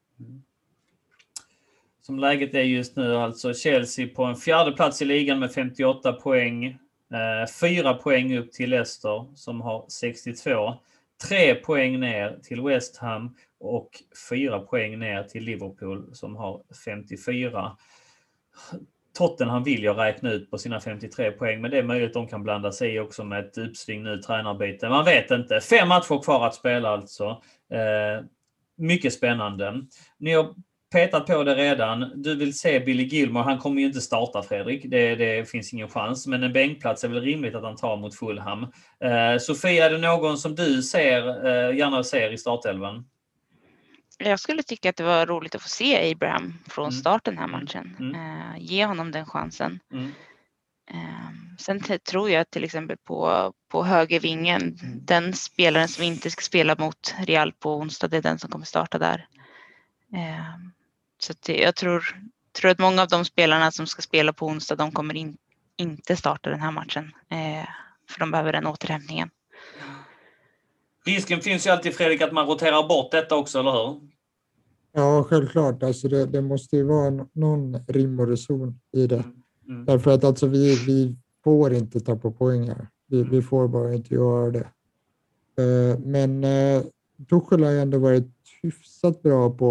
S1: Som läget är just nu, alltså Chelsea på en fjärde plats i ligan med femtioåtta poäng. Eh, fyra poäng upp till Leicester som har sextiotvå. Tre poäng ner till West Ham och fyra poäng ner till Liverpool som har femtiofyra. Tottenham vill jag räkna ut på sina femtiotre poäng, men det är möjligt att de kan blanda sig också med ett uppsving nu, tränarbyte. Man vet inte. Fem matcher kvar att spela alltså. Eh, mycket spännande. Ni har petat på det redan. Du vill se Billy Gilmore. Han kommer ju inte starta, Fredrik. Det, det finns ingen chans. Men en bänkplats är väl rimligt att han tar mot Fulham. Eh, Sofia, är det någon som du ser, eh, gärna ser i startelvan?
S2: Jag skulle tycka att det var roligt att få se Abraham från start den här matchen. Mm. Uh, ge honom den chansen. Mm. Uh, sen t- tror jag till exempel på, på högervingen, mm. den spelaren som inte ska spela mot Real på onsdag, det är den som kommer starta där. Uh, så att jag tror, tror att många av de spelarna som ska spela på onsdag, de kommer in, inte starta den här matchen. Uh, för de behöver den återhämtningen.
S1: Risken finns ju alltid, Fredrik, att man roterar bort detta också, eller hur?
S3: Ja, självklart. Alltså det, det måste ju vara någon rim och reson i det. Mm. Mm. Därför att alltså vi, vi får inte tappa poäng här. Vi, vi får bara inte göra det. Uh, men uh, Tuchel har ändå varit hyfsat bra på att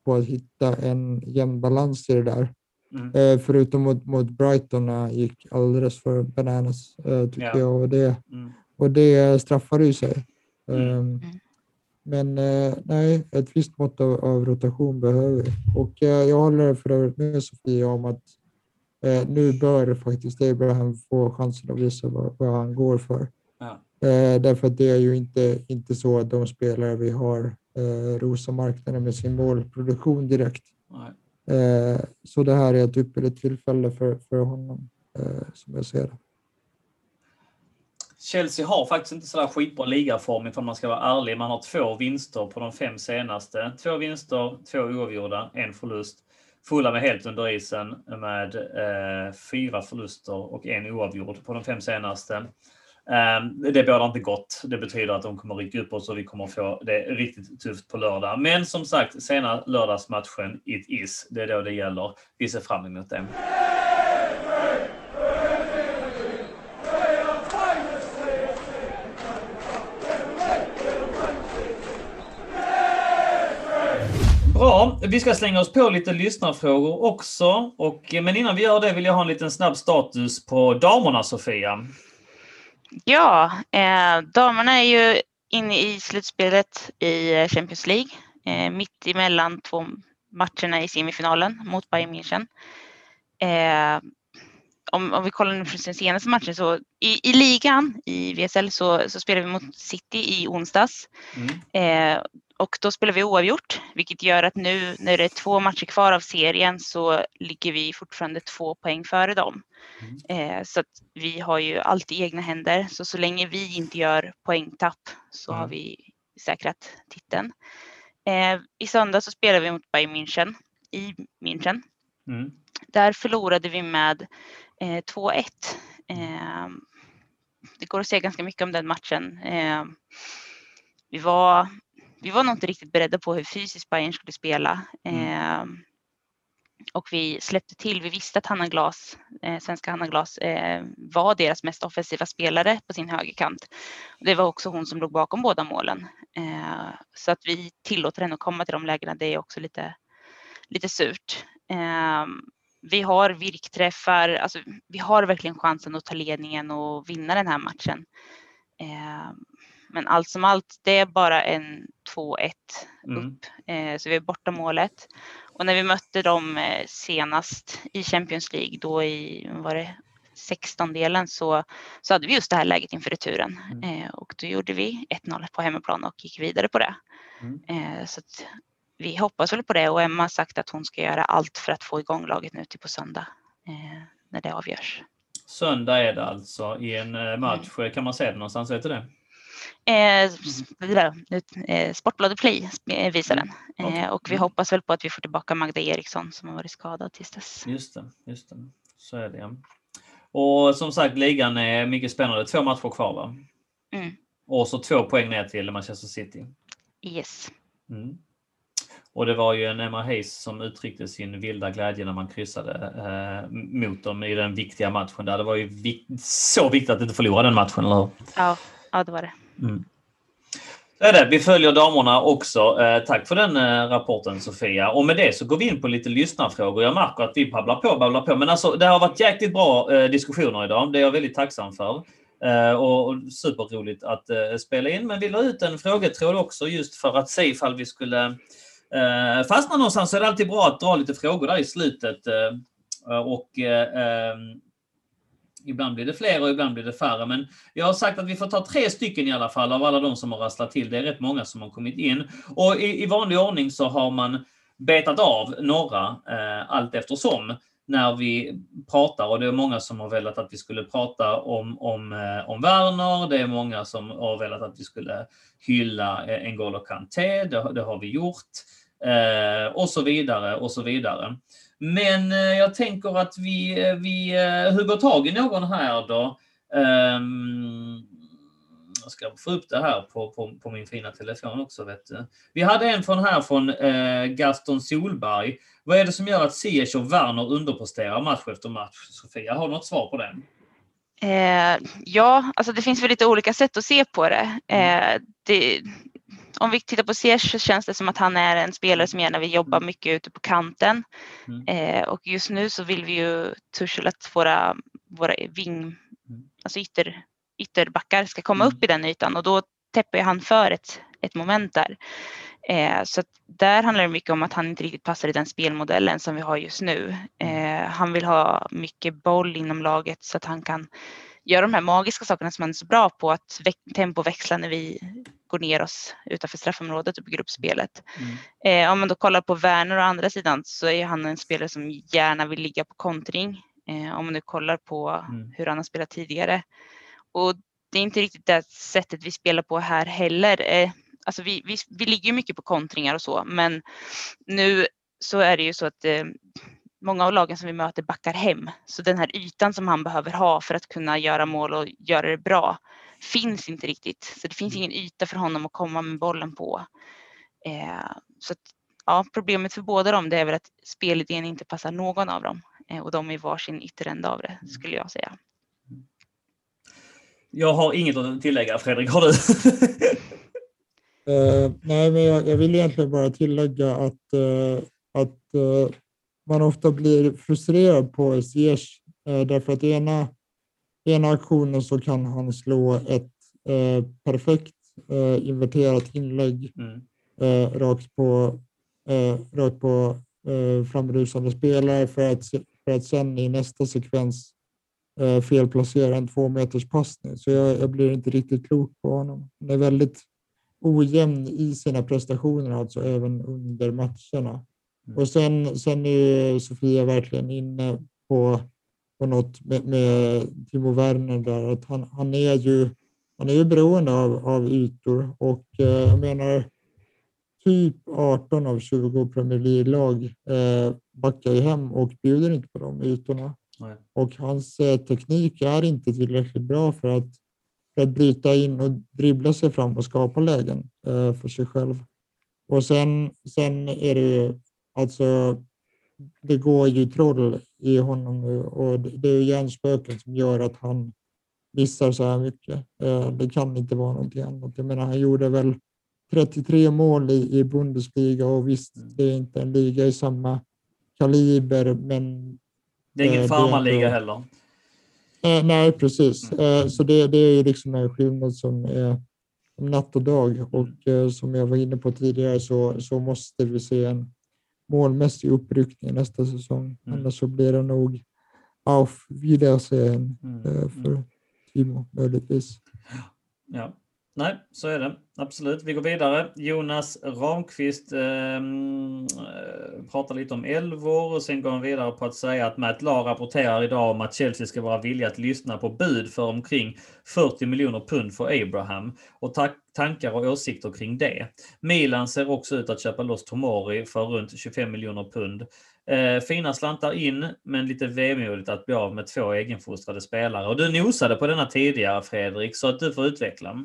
S3: på att hitta en jämn balans i det där.
S1: Mm.
S3: Eh, förutom mot, mot Brighton när han gick alldeles för bananas, eh, tycker
S1: Ja.
S3: jag. Och det,
S1: Mm.
S3: och det straffade ju sig.
S1: Mm.
S3: Um, men eh, nej, ett visst mått av, av rotation behöver vi. Och eh, jag håller för övrigt med Sofia om att eh, nu bör faktiskt Abraham få chansen att visa vad, vad han går för.
S1: Ja.
S3: Eh, därför att det är ju inte, inte så att de spelare vi har eh, rosar marknaden med sin målproduktion direkt.
S1: Nej.
S3: Eh, så det här är ett ypperligt tillfälle för, för honom, eh, som jag ser det.
S1: Chelsea har faktiskt inte sådär skitbra ligaform ifall man ska vara ärlig. Man har två vinster på de fem senaste. Två vinster, två oavgjorda, en förlust. Fulla med helt under isen med eh, fyra förluster och en oavgjord på de fem senaste. Eh, det bådar inte gott. Det betyder att de kommer rycka upp oss och vi kommer få det riktigt tufft på lördag. Men som sagt, sena lördagsmatchen, it is. Det är då det gäller. Vi ser fram emot det. Bra, vi ska slänga oss på lite lyssnarfrågor också. Och, men innan vi gör det vill jag ha en liten snabb status på damerna, Sofia.
S2: Ja, eh, damerna är ju inne i slutspelet i Champions League. Eh, mitt emellan två matcherna i semifinalen mot Bayern München. Eh, om, om vi kollar nu på den senaste matchen så i, i ligan i V S L så, så spelar vi mot City i onsdags. Mm. Eh, Och då spelar vi oavgjort, vilket gör att nu när det är två matcher kvar av serien så ligger vi fortfarande två poäng före dem. Mm. Eh, så att vi har ju allt i egna händer. Så så länge vi inte gör poängtapp så mm. har vi säkrat titeln. Eh, I söndag så spelar vi mot Bayern München i München. Mm. Där förlorade vi med eh, två ett. Eh, det går att säga ganska mycket om den matchen. Eh, vi var... Vi var nog inte riktigt beredda på hur fysiskt Bayern skulle spela. Mm. Eh, och vi släppte till. Vi visste att Hanna Glas, eh, svenska Hanna Glas, eh, var deras mest offensiva spelare på sin högerkant. Det var också hon som låg bakom båda målen. Eh, så att vi tillåter henne att komma till de lägena, det är också lite, lite surt. Eh, vi har virkträffar. Alltså, vi har verkligen chansen att ta ledningen och vinna den här matchen. Eh, Men allt som allt, det är bara en två ett upp. Mm. Så vi är borta målet. Och när vi mötte dem senast i Champions League, då i var det sexton-delen, så, så hade vi just det här läget inför returen. Mm. Och då gjorde vi ett noll på hemmaplan och gick vidare på det. Mm. Så att vi hoppas väl på det. Och Emma har sagt att hon ska göra allt för att få igång laget nu till på söndag, när det avgörs.
S1: Söndag är det alltså i en match. Mm. Kan man se det någonstans? Vet du det?
S2: Eh, Sportbladet Play visar den. Eh, okay. Och vi hoppas väl på att vi får tillbaka Magda Eriksson som har varit skadad tills dess.
S1: Just det, just det. Så är det. Och som sagt, ligan är mycket spännande. Två matcher kvar, va? Mm. Och så två poäng ner till Manchester City.
S2: Yes.
S1: Mm. Och det var ju en Emma Hayes som uttryckte sin vilda glädje när man kryssade eh, mot dem i den viktiga matchen där. Det var ju vik- så viktigt att inte förlora den matchen, eller hur?
S2: Ja, ja det var det.
S1: Mm. Så är det. Vi följer damerna också. Eh, tack för den eh, rapporten, Sofia. Och med det så går vi in på lite lyssnarfrågor. Jag märker att vi babblar på, babblar på. Men alltså, det har varit jäkligt bra eh, diskussioner idag. Det är jag väldigt tacksam för. Eh, och, och superroligt att eh, spela in. Men vi la ut en frågetråd också just för att se ifall vi skulle eh, fastna någonstans. Så är det alltid bra att dra lite frågor där i slutet. Eh, och... Eh, Ibland blir det fler och ibland blir det färre. Men jag har sagt att vi får ta tre stycken i alla fall av alla de som har rasslat till. Det är rätt många som har kommit in. Och i, i vanlig ordning så har man betat av några eh, allt eftersom när vi pratar. Och det är många som har velat att vi skulle prata om, om, eh, om Werner. Det är många som har velat att vi skulle hylla eh, N'Golo Kanté. Det, det har vi gjort. Eh, och så vidare och så vidare. Men eh, jag tänker att vi, vi eh, hugger tag i någon här då. Um, jag ska få upp det här på, på, på min fina telefon också, vet du. Vi hade en från här från eh, Gaston Solberg. Vad är det som gör att Ziyech och Werner underpresterar match efter match, Sofia? Har du något svar på det?
S2: Eh, ja, alltså det finns väl lite olika sätt att se på det. Eh, det om vi tittar på Ziyech så känns det som att han är en spelare som gärna vill jobba mycket ute på kanten.
S1: Mm.
S2: Eh, och just nu så vill vi ju Tuchel att våra, våra ving,
S1: Mm.
S2: alltså ytter, ytterbackar ska komma
S1: Mm.
S2: upp i den ytan, och då täpper han för ett, ett moment där. Eh, så att där handlar det mycket om att han inte riktigt passar i den spelmodellen som vi har just nu. Eh, han vill ha mycket boll inom laget så att han kan göra de här magiska sakerna som han är så bra på, att vä- tempoväxla när vi går ner oss utanför straffområdet och bygger upp spelet.
S1: Mm.
S2: Eh, om man då kollar på Werner å andra sidan så är han en spelare som gärna vill ligga på kontring. Eh, om man nu kollar på
S1: Mm.
S2: hur han har spelat tidigare. Och det är inte riktigt det sättet vi spelar på här heller. Eh, alltså vi, vi, vi ligger ju mycket på kontringar och så, men nu så är det ju så att eh, många av lagen som vi möter backar hem. Så den här ytan som han behöver ha för att kunna göra mål och göra det bra finns inte riktigt. Så det finns ingen yta för honom att komma med bollen på. Eh, så att, ja, problemet för båda dem det är väl att spelidén inte passar någon av dem. Eh, och de är varsin ytterända av det, skulle jag säga.
S1: Jag har inget att tillägga, Fredrik. Har du?
S3: Uh, nej, men jag, jag vill egentligen bara tillägga att, uh, att uh, man ofta blir frustrerad på Ziyech uh, därför att i ena, ena aktionen så kan han slå ett uh, perfekt uh, inverterat inlägg
S1: Mm.
S3: uh, rakt på, uh, rakt på uh, framrusande spelare för att, för att sen i nästa sekvens uh, felplacera en två meters passning. Så jag, jag blir inte riktigt klok på honom. Det är väldigt ojämn i sina prestationer, alltså även under matcherna.
S1: Mm.
S3: Och sen, sen är Sofia verkligen inne på, på något med, med Timo Werner där, att han, han är ju han är ju beroende av, av ytor, och eh, jag menar typ arton av tjugo Premier League-lag eh, backar ju hem och bjuder inte på de ytorna.
S1: Nej.
S3: Och hans eh, teknik är inte tillräckligt bra för att för att bryta in och dribbla sig fram och skapa lägen eh, för sig själv. Och sen, sen är det ju, alltså, det går ju troll i honom nu, och det, det är ju hjärnspöken som gör att han missar så här mycket. Eh, det kan inte vara någonting annat. Jag menar, han gjorde väl trettiotre mål i, i Bundesliga, och visst, det är inte en liga i samma kaliber, men
S1: det är ingen
S3: eh,
S1: farmarliga
S3: ändå...
S1: heller.
S3: Eh, nej, precis. Eh, så det, det är ju liksom en skillnad som är natt och dag. Och eh, som jag var inne på tidigare så, så måste vi se en målmässig uppryckning nästa säsong.
S1: Mm.
S3: Annars så blir det nog auf Wiedersehen
S1: Mm.
S3: eh, för Timo möjligtvis.
S1: Ja. Nej, så är det. Absolut. Vi går vidare. Jonas Ramqvist eh, pratar lite om elvor, och sen går han vidare på att säga att Matt Lahr rapporterar idag om att Chelsea ska vara villiga att lyssna på bud för omkring fyrtio miljoner pund för Abraham, och ta- tankar och åsikter kring det. Milan ser också ut att köpa loss Tomori för runt tjugofem miljoner pund. Eh, fina slantar in, men lite vemodigt att bli av med två egenfostrade spelare. Och du nosade på denna tidigare, Fredrik, så att du får utveckla.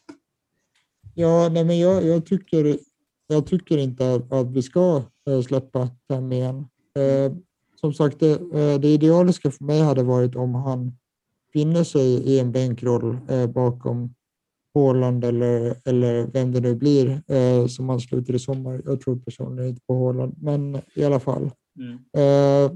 S3: Ja, nej, men jag, jag, tycker, jag tycker inte att, att vi ska äh, släppa den igen. Eh, som sagt, det, äh, det idealiska för mig hade varit om han finner sig i en bänkroll äh, bakom Haaland eller, eller vem det nu blir äh, som han slutar i sommar. Jag tror personligen inte på Haaland, men i alla fall.
S1: Mm.
S3: Äh,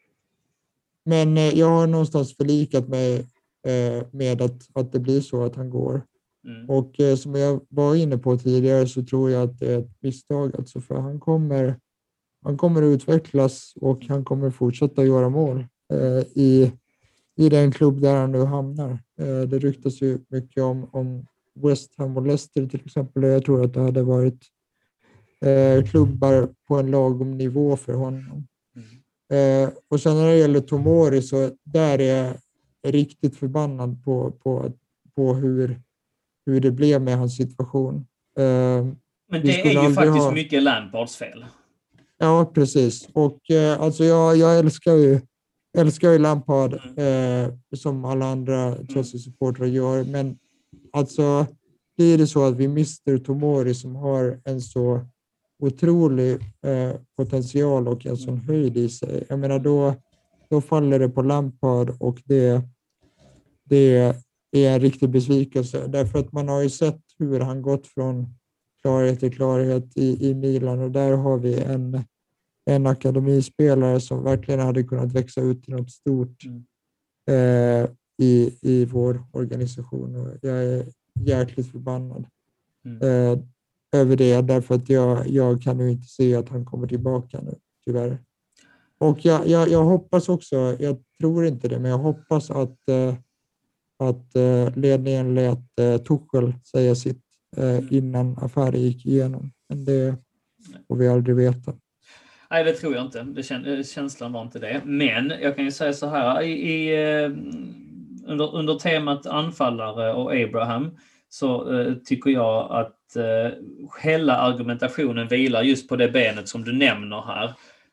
S3: men äh, jag har någonstans förlikat mig äh, med att, att det blir så att han går.
S1: Mm.
S3: Och eh, som jag var inne på tidigare så tror jag att det är ett misstag. Alltså, för han kommer, han kommer utvecklas och han kommer fortsätta göra mål eh, i, i den klubb där han nu hamnar. Eh, det ryktas ju mycket om, om West Ham och Leicester till exempel. Jag tror att det hade varit eh, klubbar på en lagom nivå för honom. Mm. Eh, och sen när det gäller Tomori så där är jag riktigt förbannad på, på, på hur hur det blev med hans situation. Uh,
S1: Men det är ju faktiskt ha... mycket Lampards fel.
S3: Ja, precis. Och uh, alltså jag, jag älskar ju älskar ju Lampard mm. uh, som alla andra Chelsea-supportrar gör. Men alltså det är det så att vi mister Tomori som har en så otrolig uh, potential och en sån höjd i sig. Jag menar då, då faller det på Lampard, och det det är en riktig besvikelse, därför att man har ju sett hur han gått från klarhet i klarhet i, i Milan, och där har vi en, en akademispelare som verkligen hade kunnat växa ut till något stort
S1: Mm.
S3: eh, i, i vår organisation, och jag är jäkligt förbannad
S1: Mm.
S3: eh, över det, därför att jag, jag kan ju inte se att han kommer tillbaka nu, tyvärr. Och jag, jag, jag hoppas också, jag tror inte det, men jag hoppas att, eh, att eh, ledningen lät eh, Tuchel säga sitt eh, innan affären gick igenom. Men det får vi aldrig veta.
S1: Nej, det tror jag inte. Det kän- känslan var inte det. Men jag kan ju säga så här, i, i, under, under temat anfallare och Abraham så eh, tycker jag att eh, hela argumentationen vilar just på det benet som du nämner här.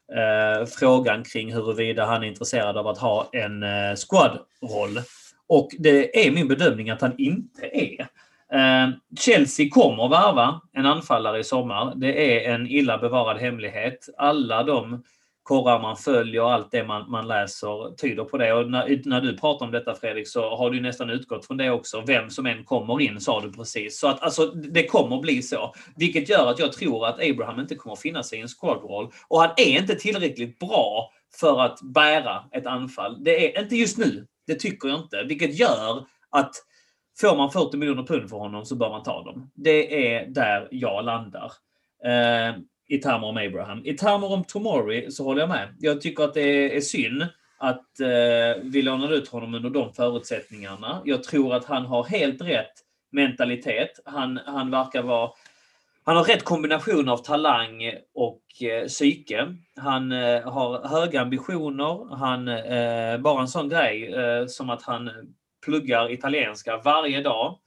S1: Eh, frågan kring huruvida han är intresserad av att ha en eh, squad-roll. Och det är min bedömning att han inte är. Eh, Chelsea kommer värva en anfallare i sommar. Det är en illa bevarad hemlighet. Alla de korrar man följer och allt det man, man läser tyder på det. Och när, när du pratar om detta, Fredrik, så har du nästan utgått från det också. Vem som än kommer in, sa du precis. Så att alltså, det kommer bli så. Vilket gör att jag tror att Abraham inte kommer finna sig i en squad-roll. Och han är inte tillräckligt bra för att bära ett anfall. Det är inte just nu. Det tycker jag inte. Vilket gör att får man fyrtio miljoner pund för honom så bör man ta dem. Det är där jag landar. Eh, I termer om Abraham. I termer om Tomori så håller jag med. Jag tycker att det är synd att eh, vi lånar ut honom under de förutsättningarna. Jag tror att han har helt rätt mentalitet. Han, han verkar vara... Han har rätt kombination av talang och eh, psyke. Han eh, har höga ambitioner. Han eh, bara en sån grej eh, som att han pluggar italienska varje dag.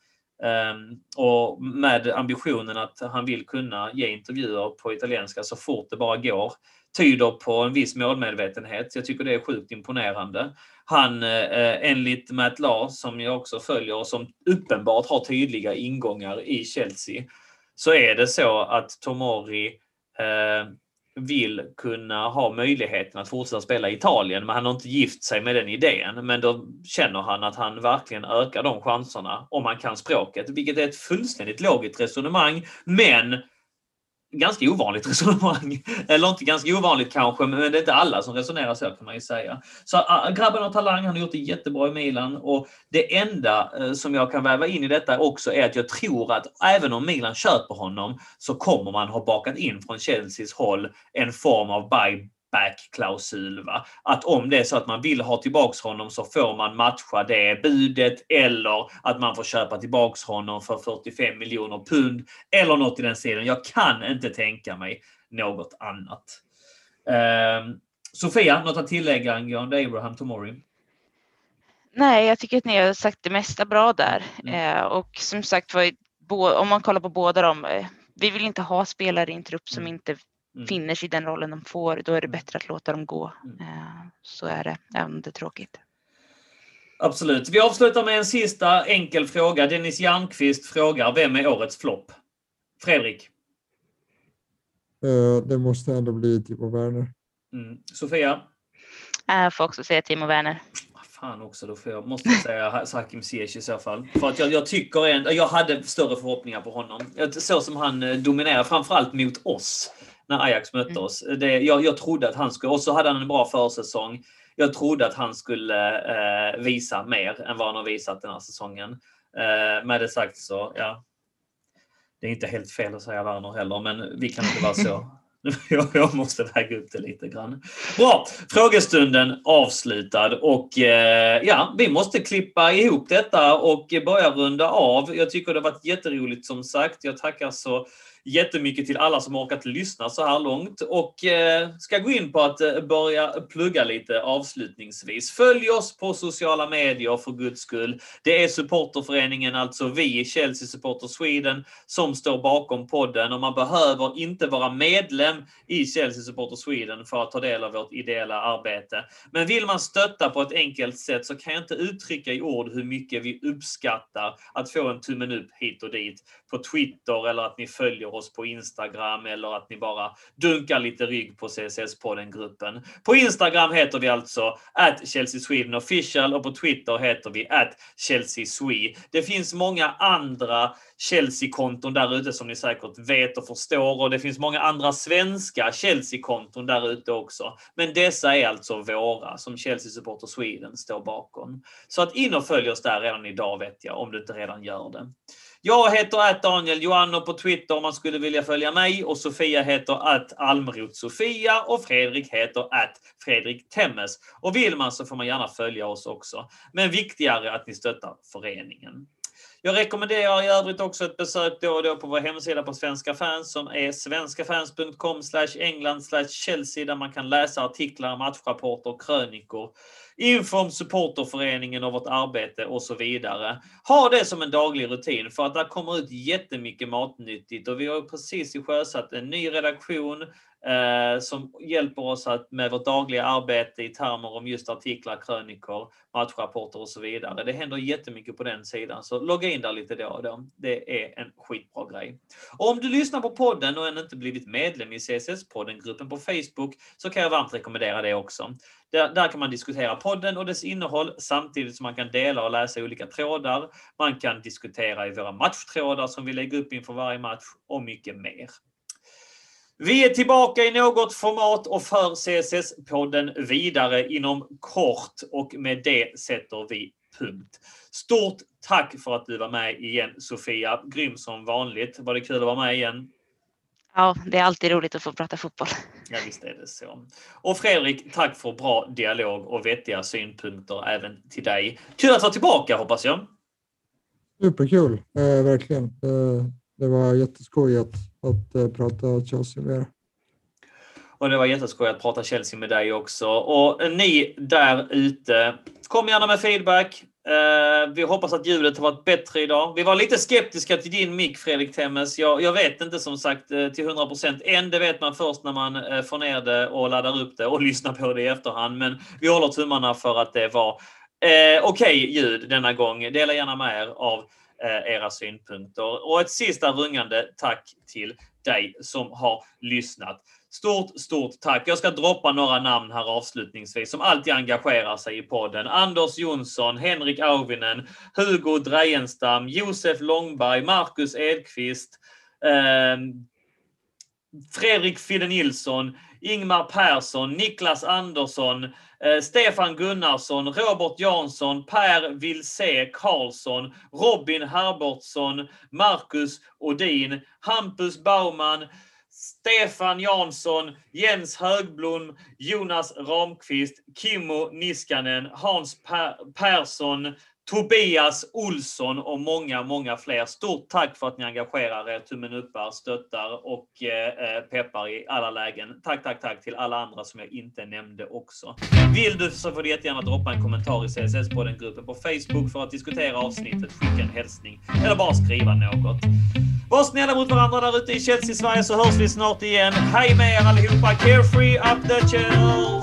S1: Um, och med ambitionen att han vill kunna ge intervjuer på italienska så fort det bara går, tyder på en viss målmedvetenhet. Jag tycker det är sjukt imponerande. Han, eh, enligt Matt Law, som jag också följer och som uppenbart har tydliga ingångar i Chelsea, så är det så att Tomori eh, vill kunna ha möjligheten att fortsätta spela i Italien, men han har inte gift sig med den idén. Men då känner han att han verkligen ökar de chanserna om han kan språket, vilket är ett fullständigt logiskt resonemang, men ganska ovanligt resonemang. Eller inte ganska ovanligt kanske, men det är inte alla som resonerar så, kan man ju säga. Så äh, grabben har talang, han har gjort det jättebra i Milan, och det enda äh, som jag kan väva in i detta också är att jag tror att även om Milan köper honom så kommer man ha bakat in från Chelseas håll en form av buyback-klausul. Va? Att om det är så att man vill ha tillbaks honom så får man matcha det budet, eller att man får köpa tillbaks honom för fyrtiofem miljoner pund eller något i den stilen. Jag kan inte tänka mig något annat. Eh, Sofia, något att tillägga angående Abraham Tomori?
S2: Nej, jag tycker att ni har sagt det mesta bra där.
S1: Mm.
S2: Eh, och som sagt, om man kollar på båda dem, eh, vi vill inte ha spelare i en trupp som
S1: Mm.
S2: inte
S1: Mm.
S2: finner sig i den rollen de får. Då är det bättre att låta dem gå.
S1: Mm.
S2: Eh, så är det, även om det är tråkigt.
S1: Absolut. Vi avslutar med en sista enkel fråga. Dennis Järnqvist frågar, vem är årets flopp? Fredrik?
S3: Uh, det måste ändå bli Timo Werner.
S1: Mm. Sofia?
S2: Jag får också säga Timo Werner.
S1: Fan också, då får jag, måste jag säga Hakim Ziyech i så fall. För att jag, jag tycker en, jag hade större förhoppningar på honom. Så som han dominerar, framförallt mot oss när Ajax mötte mm. oss. Det, jag, jag trodde att han skulle, och så hade han en bra försäsong. Jag trodde att han skulle eh, visa mer än vad han har visat den här säsongen. Eh, med det sagt så, ja. Det är inte helt fel att säga Werner heller, men vi kan inte vara så. Jag måste väga upp det lite grann. Bra, frågestunden avslutad och eh, ja, vi måste klippa ihop detta och börja runda av. Jag tycker det har varit jätteroligt som sagt. Jag tackar så jättemycket till alla som orkat lyssna så här långt och eh, ska gå in på att eh, börja plugga lite avslutningsvis. Följ oss på sociala medier för guds skull. Det är supporterföreningen, alltså vi, Chelsea Supporter Sweden, som står bakom podden, och man behöver inte vara medlem i Chelsea Supporter Sweden för att ta del av vårt ideella arbete. Men vill man stötta på ett enkelt sätt så kan jag inte uttrycka i ord hur mycket vi uppskattar att få en tummen upp hit och dit på Twitter, eller att ni följer följer oss på Instagram eller att ni bara dunkar lite rygg på C S S-podden-gruppen. På Instagram heter vi alltså at Chelsea Sweden Official och på Twitter heter vi at Chelsea Swe. Det finns många andra Chelsea-konton där ute som ni säkert vet och förstår, och det finns många andra svenska Chelsea-konton där ute också. Men dessa är alltså våra som Chelsea Supporter Sweden står bakom. Så att in och följ oss där redan idag, vet jag, om du inte redan gör det. Jag heter att Daniel Joanno på Twitter om man skulle vilja följa mig, och Sofia heter att Almrot Sofia och Fredrik heter att Fredrik Temmes. Och vill man så får man gärna följa oss också. Men viktigare att ni stöttar föreningen. Jag rekommenderar i övrigt också ett besök då och då på vår hemsida på Svenska Fans som är svenskafans punkt com slash england slash Chelsea, där man kan läsa artiklar, matchrapporter, krönikor, info om supporterföreningen och vårt arbete och så vidare. Ha det som en daglig rutin, för att det kommer ut jättemycket matnyttigt, och vi har precis sjösatt en ny redaktion eh, som hjälper oss att, med vårt dagliga arbete i termer om just artiklar, krönikor, matchrapporter och så vidare. Det händer jättemycket på den sidan, så logga in där lite då och då. Det är en skitbra grej. Och om du lyssnar på podden och än inte blivit medlem i C S S-podden-gruppen på Facebook, så kan jag varmt rekommendera det också. Där, där kan man diskutera podden och dess innehåll samtidigt som man kan dela och läsa olika trådar. Man kan diskutera i våra matchtrådar som vi lägger upp inför varje match och mycket mer. Vi är tillbaka i något format och för C S S-podden vidare inom kort, och med det sätter vi punkt. Stort tack för att du var med igen, Sofia. Grym som vanligt. Var det kul att vara med igen?
S2: Ja, det är alltid roligt att få prata fotboll.
S1: Ja, visst är det så. Och Fredrik, tack för bra dialog och vettiga synpunkter även till dig. Kul att vara tillbaka, hoppas jag.
S3: Superkul, eh, verkligen. Eh, det var jätteskoj att, att eh, prata Chelsea med er.
S1: Och det var jätteskoj att prata Chelsea med dig också. Och ni där ute, kom gärna med feedback. Uh, vi hoppas att ljudet har varit bättre idag. Vi var lite skeptiska till din mick, Fredrik Temmes. Jag, jag vet inte som sagt uh, till hundra procent än. Det vet man först när man uh, får ner det och laddar upp det och lyssnar på det i efterhand. Men vi håller tummarna för att det var uh, okej okay ljud denna gång. Dela gärna med er av uh, era synpunkter. Och ett sista rungande tack till dig som har lyssnat. Stort, stort tack. Jag ska droppa några namn här avslutningsvis som alltid engagerar sig i podden. Anders Jonsson, Henrik Auvinen, Hugo Drejenstam, Josef Långberg, Marcus Edqvist, eh, Fredrik Fidde Nilsson, Ingmar Persson, Niklas Andersson, eh, Stefan Gunnarsson, Robert Jansson, Per Vilse Karlsson, Robin Herbertsson, Marcus Odin, Hampus Baumann, Stefan Jansson, Jens Högblom, Jonas Ramqvist, Kimmo Niskanen, Hans per- Persson, Tobias Olsson och många, många fler. Stort tack för att ni engagerar er, tummen uppar, stöttar och eh, peppar i alla lägen. Tack, tack, tack till alla andra som jag inte nämnde också. Vill du så får du jättegärna droppa en kommentar i C S S-podden-gruppen på Facebook för att diskutera avsnittet, skicka en hälsning eller bara skriva något. Var snälla mot varandra där ute i Chelsea, Sverige, så hörs vi snart igen. Hej med er allihopa, carefree up the Chelsea!